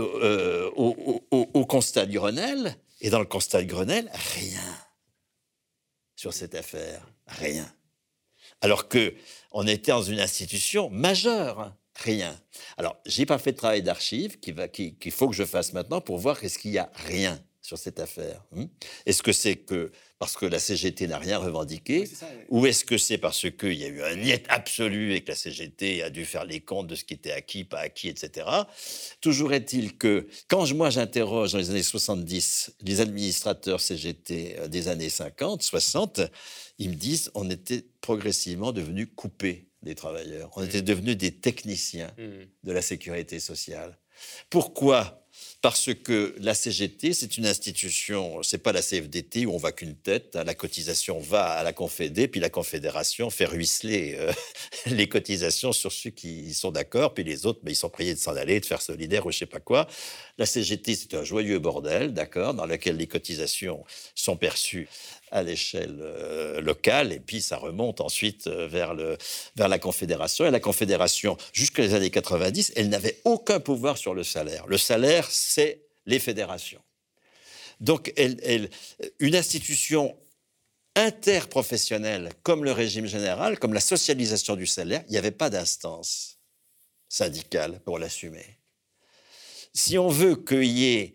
au constat du Grenelle. Et dans le constat du Grenelle, rien sur cette affaire, rien. Alors qu'on était dans une institution majeure, hein, rien. Alors, je n'ai pas fait de travail d'archives qu'il faut que je fasse maintenant pour voir est-ce qu'il y a rien sur cette affaire. Est-ce que c'est parce que la CGT n'a rien revendiqué, oui, ou est-ce que c'est parce qu'il y a eu un niet absolu et que la CGT a dû faire les comptes de ce qui était acquis, pas acquis, etc. Toujours est-il que quand moi j'interroge dans les années 70 les administrateurs CGT des années 50, 60, ils me disent on était progressivement devenus coupés des travailleurs. On était devenus des techniciens de la sécurité sociale. Pourquoi ? Parce que la CGT, c'est une institution, c'est pas la CFDT où on va qu'une tête. La cotisation va à la Confédé, puis la Confédération fait ruisseler les cotisations sur ceux qui sont d'accord, puis les autres, ils sont priés de s'en aller, de faire solidaire ou je sais pas quoi. La CGT, c'est un joyeux bordel, d'accord, dans lequel les cotisations sont perçues à l'échelle locale, et puis ça remonte ensuite vers la Confédération. Et la Confédération, jusqu'aux années 90, elle n'avait aucun pouvoir sur le salaire. Le salaire, c'est les fédérations. Donc, une institution interprofessionnelle comme le régime général, comme la socialisation du salaire, il n'y avait pas d'instance syndicale pour l'assumer. Si on veut qu'il y ait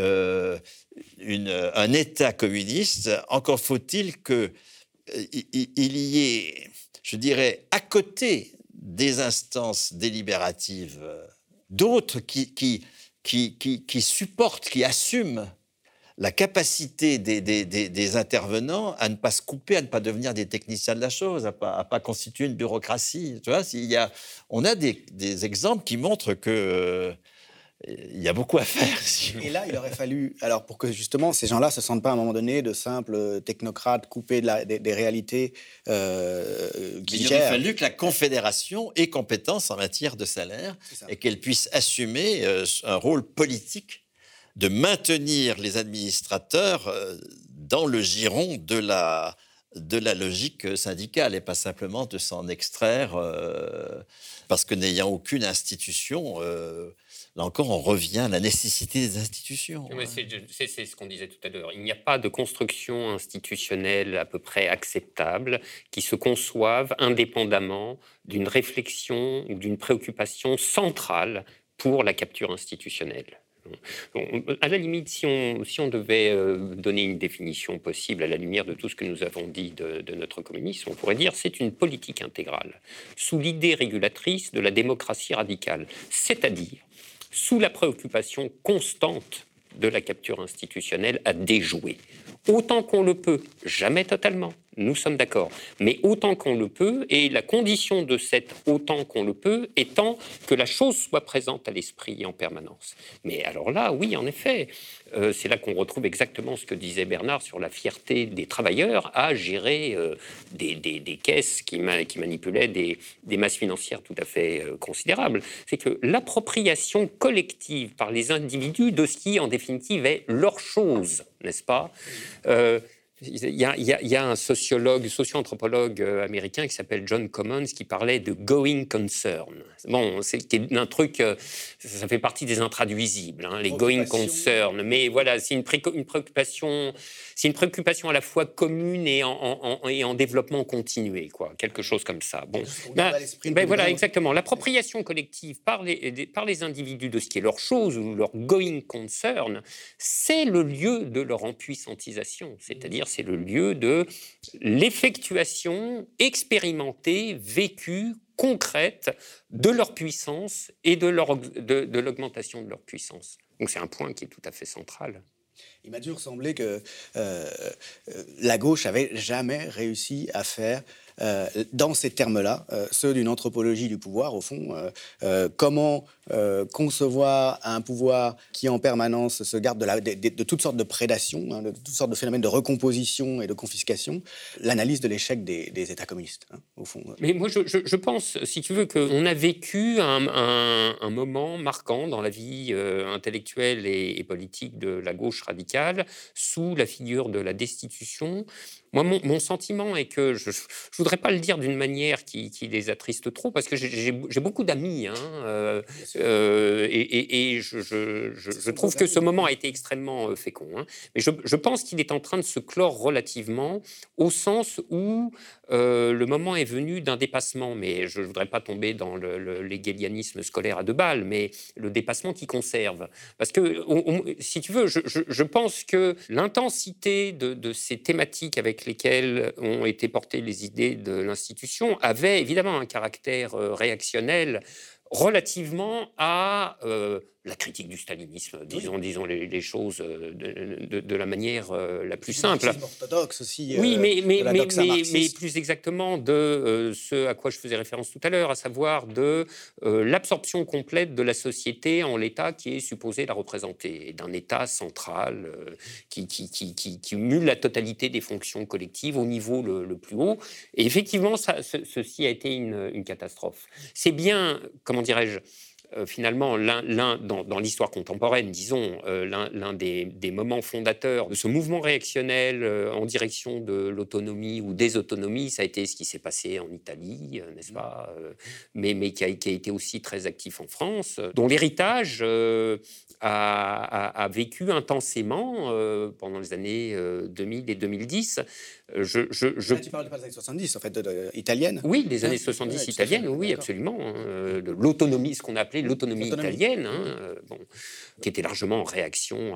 un État communiste, encore faut-il qu'il y ait, je dirais, à côté des instances délibératives, d'autres qui supportent, qui assument la capacité des intervenants à ne pas se couper, à ne pas devenir des techniciens de la chose, à pas constituer une bureaucratie. Tu vois, on a des exemples qui montrent que il y a beaucoup à faire. Et là, il aurait fallu, alors pour que justement ces gens-là ne se sentent pas à un moment donné de simples technocrates coupés des réalités qui gèrent. Il aurait fallu que la Confédération ait compétence en matière de salaire et qu'elle puisse assumer un rôle politique de maintenir les administrateurs dans le giron de la logique syndicale et pas simplement de s'en extraire parce que n'ayant aucune institution... Là encore, on revient à la nécessité des institutions. Mais c'est ce qu'on disait tout à l'heure. Il n'y a pas de construction institutionnelle à peu près acceptable qui se conçoive indépendamment d'une réflexion ou d'une préoccupation centrale pour la capture institutionnelle. À la limite, si on devait donner une définition possible à la lumière de tout ce que nous avons dit de notre communisme, on pourrait dire que c'est une politique intégrale, sous l'idée régulatrice de la démocratie radicale, c'est-à-dire sous la préoccupation constante de la capture institutionnelle à déjouer. autant qu'on le peut, jamais totalement, nous sommes d'accord, mais autant qu'on le peut, et la condition de cet autant qu'on le peut étant que la chose soit présente à l'esprit en permanence. Mais alors là, oui, en effet, c'est là qu'on retrouve exactement ce que disait Bernard sur la fierté des travailleurs à gérer des caisses qui manipulaient des masses financières tout à fait considérables. C'est que l'appropriation collective par les individus de ce qui, en définitive, est leur chose, n'est-ce pas ? Il y a un socio-anthropologue américain qui s'appelle John Commons qui parlait de going concern. Bon, c'est un truc, ça fait partie des intraduisibles, hein, les going concern. Mais voilà, c'est une préoccupation, à la fois commune et en développement continué, quoi, quelque chose comme ça. Bon, voilà, exactement. L'appropriation collective par les individus de ce qui est leur chose ou leur going concern, c'est le lieu de leur empuissantisation, c'est-à-dire c'est le lieu de l'effectuation expérimentée, vécue, concrète de leur puissance et de l'augmentation de leur puissance. Donc c'est un point qui est tout à fait central. Il m'a toujours semblé que la gauche avait jamais réussi à faire, dans ces termes-là, ceux d'une anthropologie du pouvoir, au fond. Comment concevoir un pouvoir qui, en permanence, se garde de toutes sortes de prédations, hein, de toutes sortes de phénomènes de recomposition et de confiscation, l'analyse de l'échec des États communistes, hein, au fond. Mais moi, je pense, si tu veux, qu'on a vécu un moment marquant dans la vie intellectuelle et politique de la gauche radicale sous la figure de la destitution. Moi, mon sentiment est que je ne voudrais pas le dire d'une manière qui les attriste trop, parce que j'ai beaucoup d'amis, hein, et je trouve que ce moment a été extrêmement fécond. Hein, mais je pense qu'il est en train de se clore relativement, au sens où le moment est venu d'un dépassement, mais je ne voudrais pas tomber dans l'hégélianisme scolaire à deux balles, mais le dépassement qui conserve. Parce que, si tu veux, je pense que l'intensité de ces thématiques avec lesquelles ont été portées les idées de l'institution avait évidemment un caractère réactionnel relativement à la critique du stalinisme, disons les choses de la manière la plus simple. Orthodoxe aussi. Oui, mais plus exactement de ce à quoi je faisais référence tout à l'heure, à savoir de l'absorption complète de la société en l'État qui est supposé la représenter, et d'un État central qui cumule la totalité des fonctions collectives au niveau le plus haut. Et effectivement, ceci a été une catastrophe. C'est bien, comment dirais-je, finalement, dans l'histoire contemporaine, disons, l'un des moments fondateurs de ce mouvement réactionnel en direction de l'autonomie ou des autonomies, ça a été ce qui s'est passé en Italie, n'est-ce pas, mais qui a été aussi très actif en France, dont l'héritage a vécu intensément pendant les années 2000 et 2010. Là, tu parles pas des années 70, en fait, italienne. Oui, des années 70 italiennes, oui, absolument. De l'autonomie, ce qu'on a appelé l'autonomie italienne, qui était largement en réaction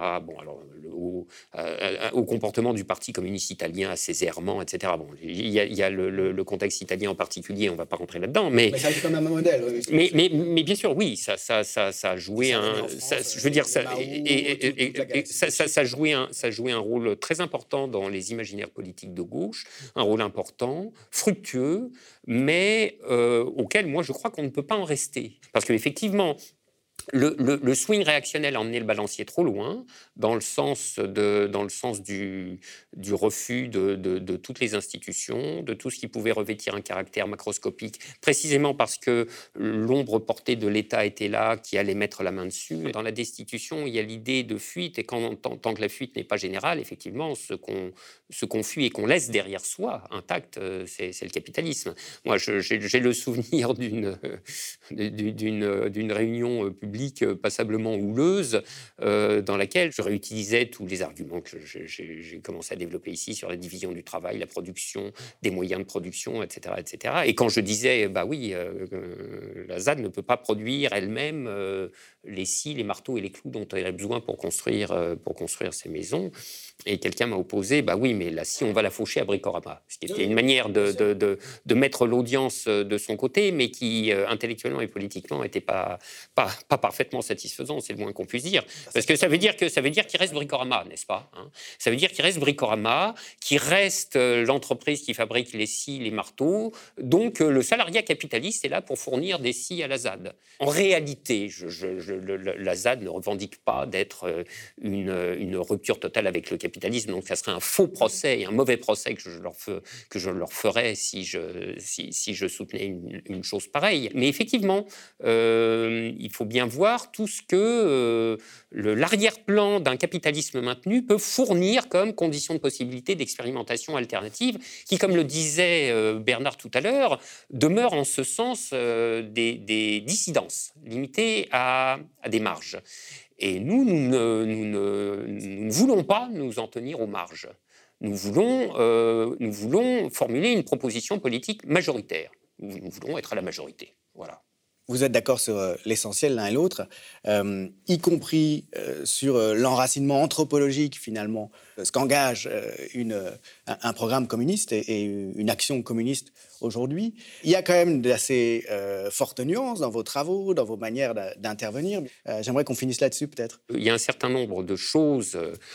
au comportement du Parti communiste italien, à ses errements, etc. Bon, il y a le contexte italien en particulier, on ne va pas rentrer là-dedans, mais ça a été quand même un modèle. Oui, mais bien sûr, oui, ça a joué ça a joué un rôle très important dans les imaginaires politiques de gauche, un rôle important, fructueux, mais auquel, moi, je crois qu'on ne peut pas en rester. Parce qu'effectivement, le swing réactionnel a emmené le balancier trop loin, dans le sens du refus de toutes les institutions, de tout ce qui pouvait revêtir un caractère macroscopique, précisément parce que l'ombre portée de l'État était là, qui allait mettre la main dessus. Dans la destitution, il y a l'idée de fuite, et tant que la fuite n'est pas générale, effectivement, ce qu'on fuit et qu'on laisse derrière soi intact, c'est le capitalisme. Moi, j'ai le souvenir d'une réunion publique passablement houleuse, dans laquelle je réutilisais tous les arguments que j'ai commencé à développer ici sur la division du travail, la production, des moyens de production, etc. etc. Et quand je disais, la ZAD ne peut pas produire elle-même les scies, les marteaux et les clous dont elle a besoin pour construire ses maisons, et quelqu'un m'a opposé, oui, mais la scie, on va la faucher à Bricorama, ce qui était une manière de mettre l'audience de son côté, mais qui, intellectuellement et politiquement, n'était pas parfaitement satisfaisant, c'est le moins qu'on puisse dire. Parce que ça veut dire qu'il reste Bricorama, n'est-ce pas, hein? Ça veut dire qu'il reste Bricorama, qu'il reste l'entreprise qui fabrique les scies, les marteaux. Donc, le salariat capitaliste est là pour fournir des scies à la ZAD. En réalité, la ZAD ne revendique pas d'être une rupture totale avec le capitalisme. Donc, ça serait un faux procès et un mauvais procès que je leur ferais si je soutenais une chose pareille. Mais effectivement, il faut bien voir tout ce que l'arrière-plan d'un capitalisme maintenu peut fournir comme condition de possibilité d'expérimentation alternative, qui, comme le disait Bernard tout à l'heure, demeure en ce sens des dissidences limitées à des marges. Et nous ne voulons pas nous en tenir aux marges. Nous voulons formuler une proposition politique majoritaire. Nous voulons être à la majorité. Voilà. Vous êtes d'accord sur l'essentiel l'un et l'autre, y compris sur l'enracinement anthropologique, finalement, ce qu'engage un programme communiste et une action communiste aujourd'hui. Il y a quand même d'assez fortes nuances dans vos travaux, dans vos manières d'intervenir. J'aimerais qu'on finisse là-dessus, peut-être. Il y a un certain nombre de choses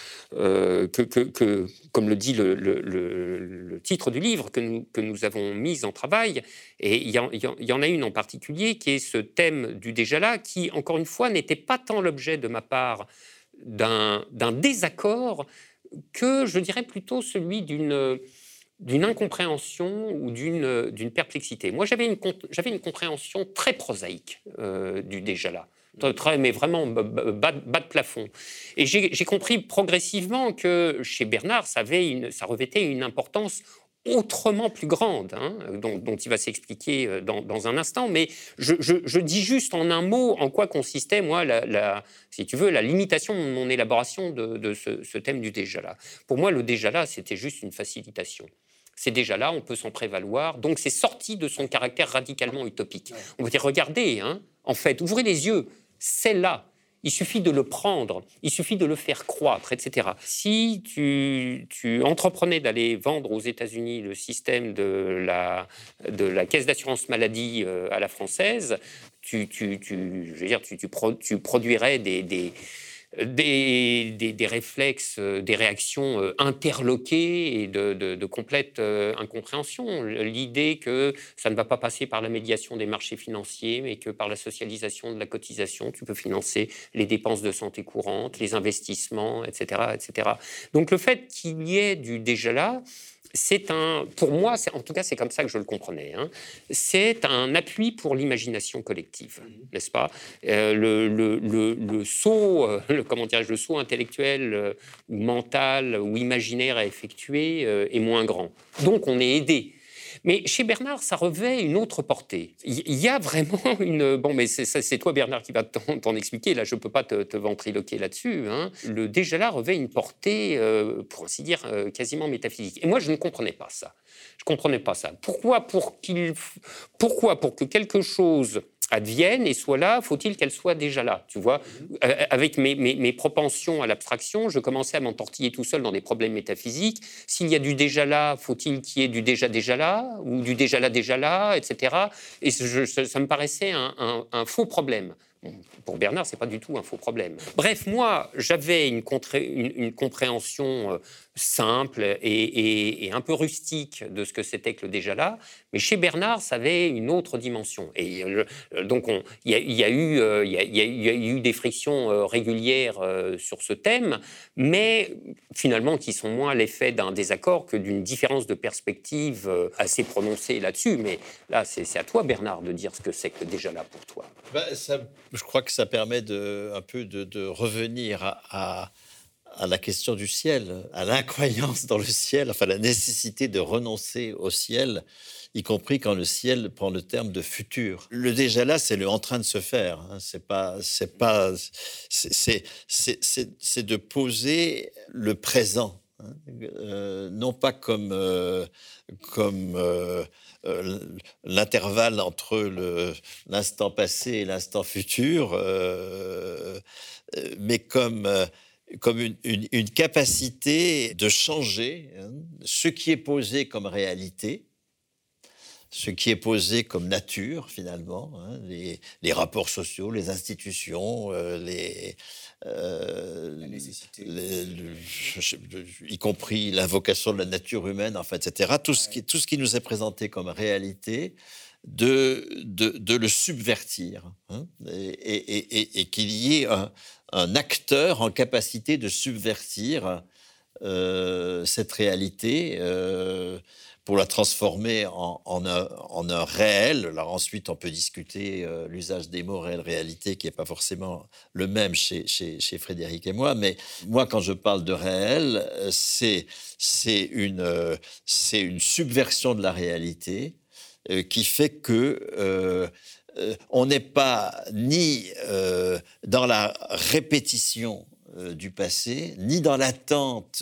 que comme le dit le titre du livre, que nous avons mises en travail. Et il y en a une en particulier qui est ce thème du déjà là, qui, encore une fois, n'était pas tant l'objet de ma part d'un désaccord que, je dirais, plutôt celui d'une incompréhension ou d'une perplexité. Moi, j'avais une compréhension très prosaïque du déjà là. Mais vraiment bas de plafond. Et j'ai compris progressivement que chez Bernard, ça revêtait une importance autrement plus grande, hein, dont il va s'expliquer dans un instant. Mais je dis juste en un mot en quoi consistait, moi, si tu veux, la limitation de mon élaboration de ce thème du déjà là. Pour moi, le déjà là, c'était juste une facilitation. C'est déjà là, on peut s'en prévaloir. Donc, c'est sorti de son caractère radicalement utopique. On va dire, regardez, hein, en fait, ouvrez les yeux, c'est là. Il suffit de le prendre, il suffit de le faire croître, etc. Si tu entreprenais d'aller vendre aux États-Unis le système de la caisse d'assurance maladie à la française, tu produirais des réflexes, des réactions interloquées et de complète incompréhension. L'idée que ça ne va pas passer par la médiation des marchés financiers, mais que par la socialisation de la cotisation, tu peux financer les dépenses de santé courante, les investissements, etc., etc. Donc le fait qu'il y ait du déjà là, pour moi, en tout cas, c'est comme ça que je le comprenais. Hein. C'est un appui pour l'imagination collective, n'est-ce pas ? Le saut, le saut intellectuel ou mental ou imaginaire à effectuer est moins grand. Donc, on est aidé. Mais chez Bernard, ça revêt une autre portée. Il y a vraiment une... Bon, mais c'est toi, Bernard, qui va t'en expliquer. Là, je ne peux pas te ventriloquer là-dessus. Hein. Le déjà là revêt une portée, pour ainsi dire, quasiment métaphysique. Et moi, je ne comprenais pas ça. Je ne comprenais pas ça. Pourquoi pour que quelque chose advienne et soit là, faut-il qu'elle soit déjà là, tu vois. Avec mes propensions à l'abstraction, je commençais à m'entortiller tout seul dans des problèmes métaphysiques. S'il y a du déjà là, faut-il qu'il y ait du déjà là, ou du déjà là, etc. Et ça me paraissait un faux problème. Pour Bernard, c'est pas du tout un faux problème. Bref, moi, j'avais une compréhension simple et un peu rustique de ce que c'était que le déjà là, mais chez Bernard, ça avait une autre dimension. Et donc, il y a eu des frictions régulières sur ce thème, mais finalement, qui sont moins l'effet d'un désaccord que d'une différence de perspective assez prononcée là-dessus. Mais là, c'est à toi, Bernard, de dire ce que c'est que le déjà là pour toi. Je crois que ça permet un peu de revenir à la question du ciel, à l'incroyance dans le ciel, enfin la nécessité de renoncer au ciel, y compris quand le ciel prend le terme de futur. Le déjà là, c'est le en train de se faire. Hein. C'est de poser le présent, hein. Non pas comme l'intervalle entre l'instant passé et l'instant futur, mais comme une capacité de changer, hein, ce qui est posé comme réalité ce qui est posé comme nature, finalement, hein, les rapports sociaux, les institutions, La nécessité. y compris l'invocation de la nature humaine, enfin, etc. Tout ce qui nous est présenté comme réalité, de le subvertir, hein, et qu'il y ait un acteur en capacité de subvertir cette réalité pour la transformer en un réel. Alors ensuite, on peut discuter l'usage des mots réel, réalité, qui n'est pas forcément le même chez Frédéric et moi, mais moi, quand je parle de réel, c'est une subversion de la réalité qui fait que on n'est pas ni dans la répétition du passé, ni dans l'attente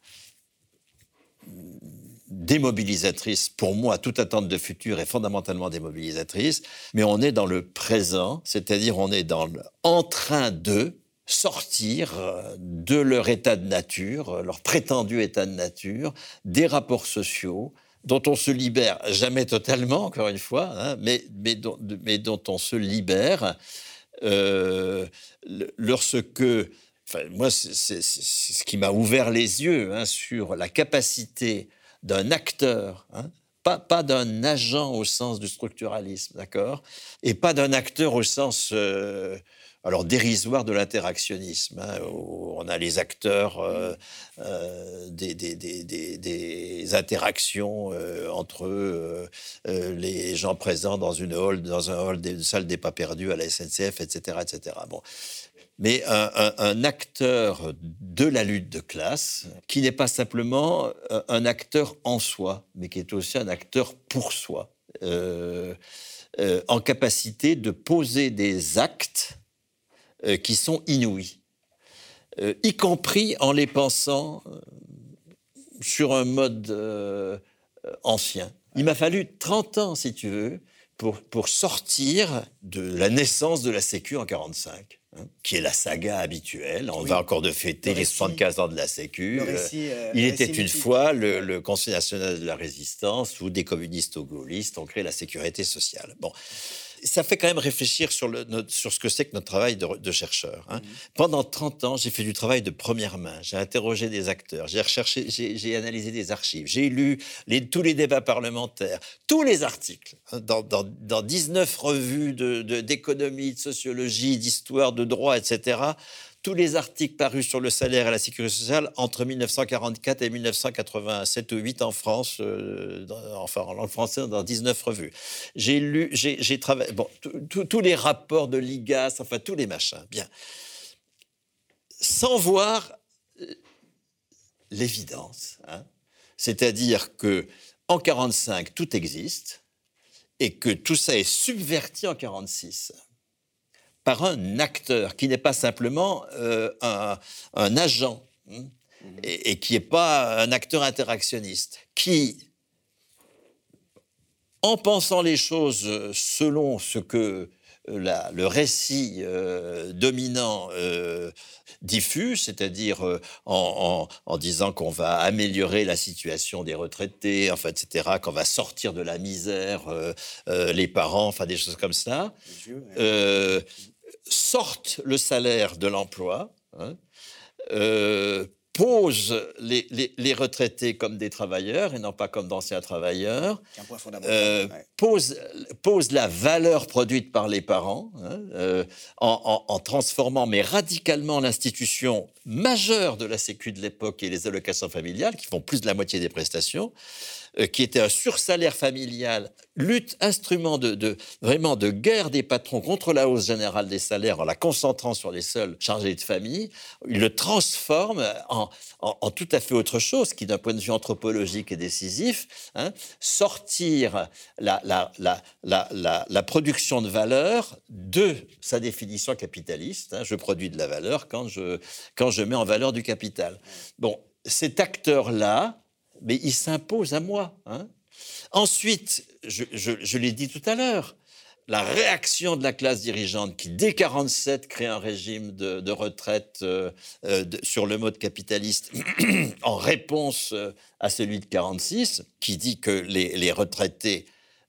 démobilisatrice. Pour moi, toute attente de futur est fondamentalement démobilisatrice, mais on est dans le présent, c'est-à-dire on est en train de sortir de leur état de nature, leur prétendu état de nature, des rapports sociaux, dont on se libère, jamais totalement, encore une fois, hein, mais dont on se libère lorsque... Enfin, moi, c'est ce qui m'a ouvert les yeux, hein, sur la capacité d'un acteur, hein, pas d'un agent au sens du structuralisme, d'accord, et pas d'un acteur au sens alors dérisoire de l'interactionnisme, hein, où on a les acteurs des interactions entre les gens présents dans un hall, une salle des pas perdus à la SNCF, etc., etc. Bon. Mais un acteur de la lutte de classe qui n'est pas simplement un acteur en soi, mais qui est aussi un acteur pour soi, en capacité de poser des actes qui sont inouïs, y compris en les pensant sur un mode ancien. Il m'a fallu 30 ans, si tu veux, pour sortir de la naissance de la Sécu en 1945, hein, qui est la saga habituelle. On va encore de fêter les 75 ans de la Sécu. Il était une fois le Conseil national de la résistance où des communistes aux gaullistes ont créé la sécurité sociale. Bon. Ça fait quand même réfléchir sur ce que c'est que notre travail de chercheur. Hein. Pendant 30 ans, j'ai fait du travail de première main. J'ai interrogé des acteurs, j'ai recherché, j'ai analysé des archives, j'ai lu tous les débats parlementaires, tous les articles, hein, dans 19 revues d'économie, de sociologie, d'histoire, de droit, etc. Tous les articles parus sur le salaire et la sécurité sociale entre 1944 et 1987 ou 8 en France, enfin en langue française, dans 19 revues. J'ai lu, j'ai travaillé, bon, tous les rapports de l'IGAS, enfin tous les machins, bien. Sans voir l'évidence, hein. C'est-à-dire que en 45, tout existe et que tout ça est subverti en 46. Par un acteur qui n'est pas simplement un agent, hein, et qui n'est pas un acteur interactionniste, qui, en pensant les choses selon ce que le récit dominant diffuse, c'est-à-dire en disant qu'on va améliorer la situation des retraités, enfin, etc., qu'on va sortir de la misère les parents, enfin des choses comme ça, sortent le salaire de l'emploi, hein, pose les retraités comme des travailleurs et non pas comme d'anciens travailleurs, C'est un point fondamental. pose la valeur produite par les parents, hein, en transformant mais radicalement l'institution majeure de la Sécu de l'époque et les allocations familiales, qui font plus de la moitié des prestations, qui était un sursalaire familial, instrument vraiment de guerre des patrons contre la hausse générale des salaires en la concentrant sur les seuls chargés de famille. Il le transforme en tout à fait autre chose qui, d'un point de vue anthropologique, est décisif. Hein, sortir la production de valeur de sa définition capitaliste. Hein, je produis de la valeur quand je mets en valeur du capital. Bon, cet acteur-là, mais il s'impose à moi. Hein. Ensuite, je l'ai dit tout à l'heure, la réaction de la classe dirigeante qui, dès 1947, crée un régime de retraite sur le mode capitaliste en réponse à celui de 1946, qui dit que les retraités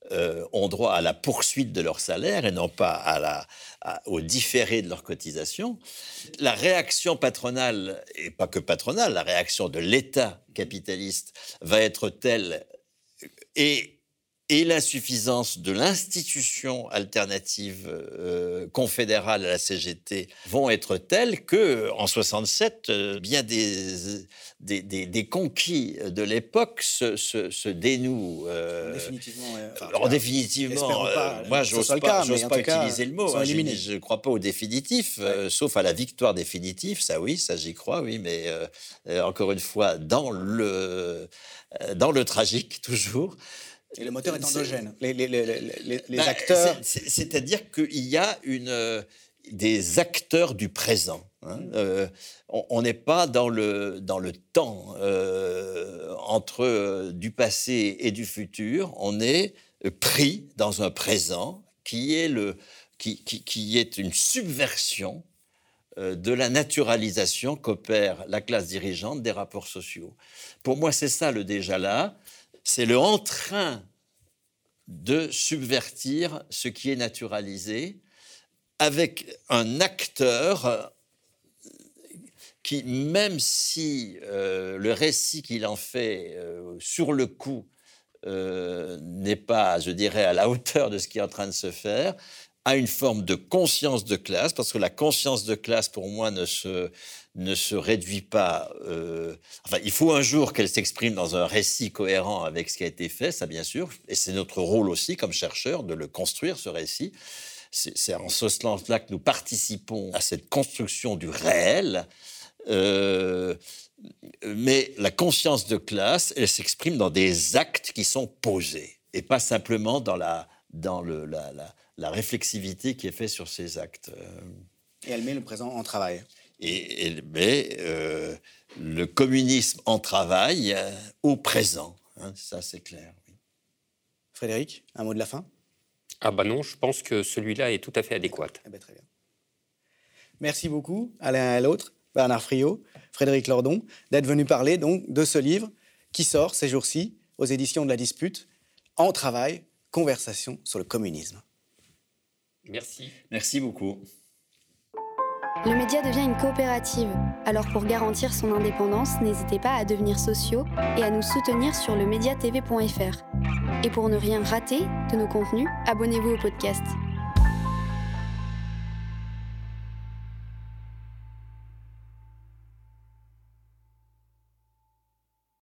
ont droit à la poursuite de leur salaire et non pas au différé de leur cotisation. La réaction patronale, et pas que patronale, la réaction de l'État capitaliste va être telle, et l'insuffisance de l'institution alternative confédérale à la CGT vont être telles qu'en 67, bien des conquis de l'époque se dénouent. Définitivement, moi, j'ose pas utiliser le mot. Je ne crois pas au définitif, sauf à la victoire définitive. Ça, oui, ça j'y crois, oui, mais encore une fois, dans le tragique, toujours. Et le moteur est endogène. Les acteurs... C'est-à-dire qu'il y a des acteurs du présent. On n'est pas dans le temps entre du passé et du futur. On est pris dans un présent qui est une subversion de la naturalisation qu'opère la classe dirigeante des rapports sociaux. Pour moi, c'est ça le déjà là. C'est le en train de subvertir ce qui est naturalisé avec un acteur qui, même si le récit qu'il en fait sur le coup n'est pas, je dirais, à la hauteur de ce qui est en train de se faire, a une forme de conscience de classe, parce que la conscience de classe, pour moi, ne se réduit pas... il faut un jour qu'elle s'exprime dans un récit cohérent avec ce qui a été fait, ça bien sûr, et c'est notre rôle aussi, comme chercheurs, de le construire, ce récit. C'est en ce sens-là que nous participons à cette construction du réel, mais la conscience de classe, elle s'exprime dans des actes qui sont posés, et pas simplement dans la réflexivité qui est faite sur ces actes. Et elle met le présent en travail. Et elle met le communisme en travail au présent. Ça, c'est clair. Oui. Frédéric, un mot de la fin ? Ah bah non, je pense que celui-là est tout à fait adéquat. Eh ben, très bien. Merci beaucoup à l'un et à l'autre, Bernard Friot, Frédéric Lordon, d'être venus parler donc de ce livre qui sort ces jours-ci aux éditions de La Dispute, En travail, conversation sur le communisme. Merci. Merci beaucoup. Le média devient une coopérative. Alors pour garantir son indépendance, n'hésitez pas à devenir sociaux et à nous soutenir sur lemediatv.fr. Et pour ne rien rater de nos contenus, abonnez-vous au podcast.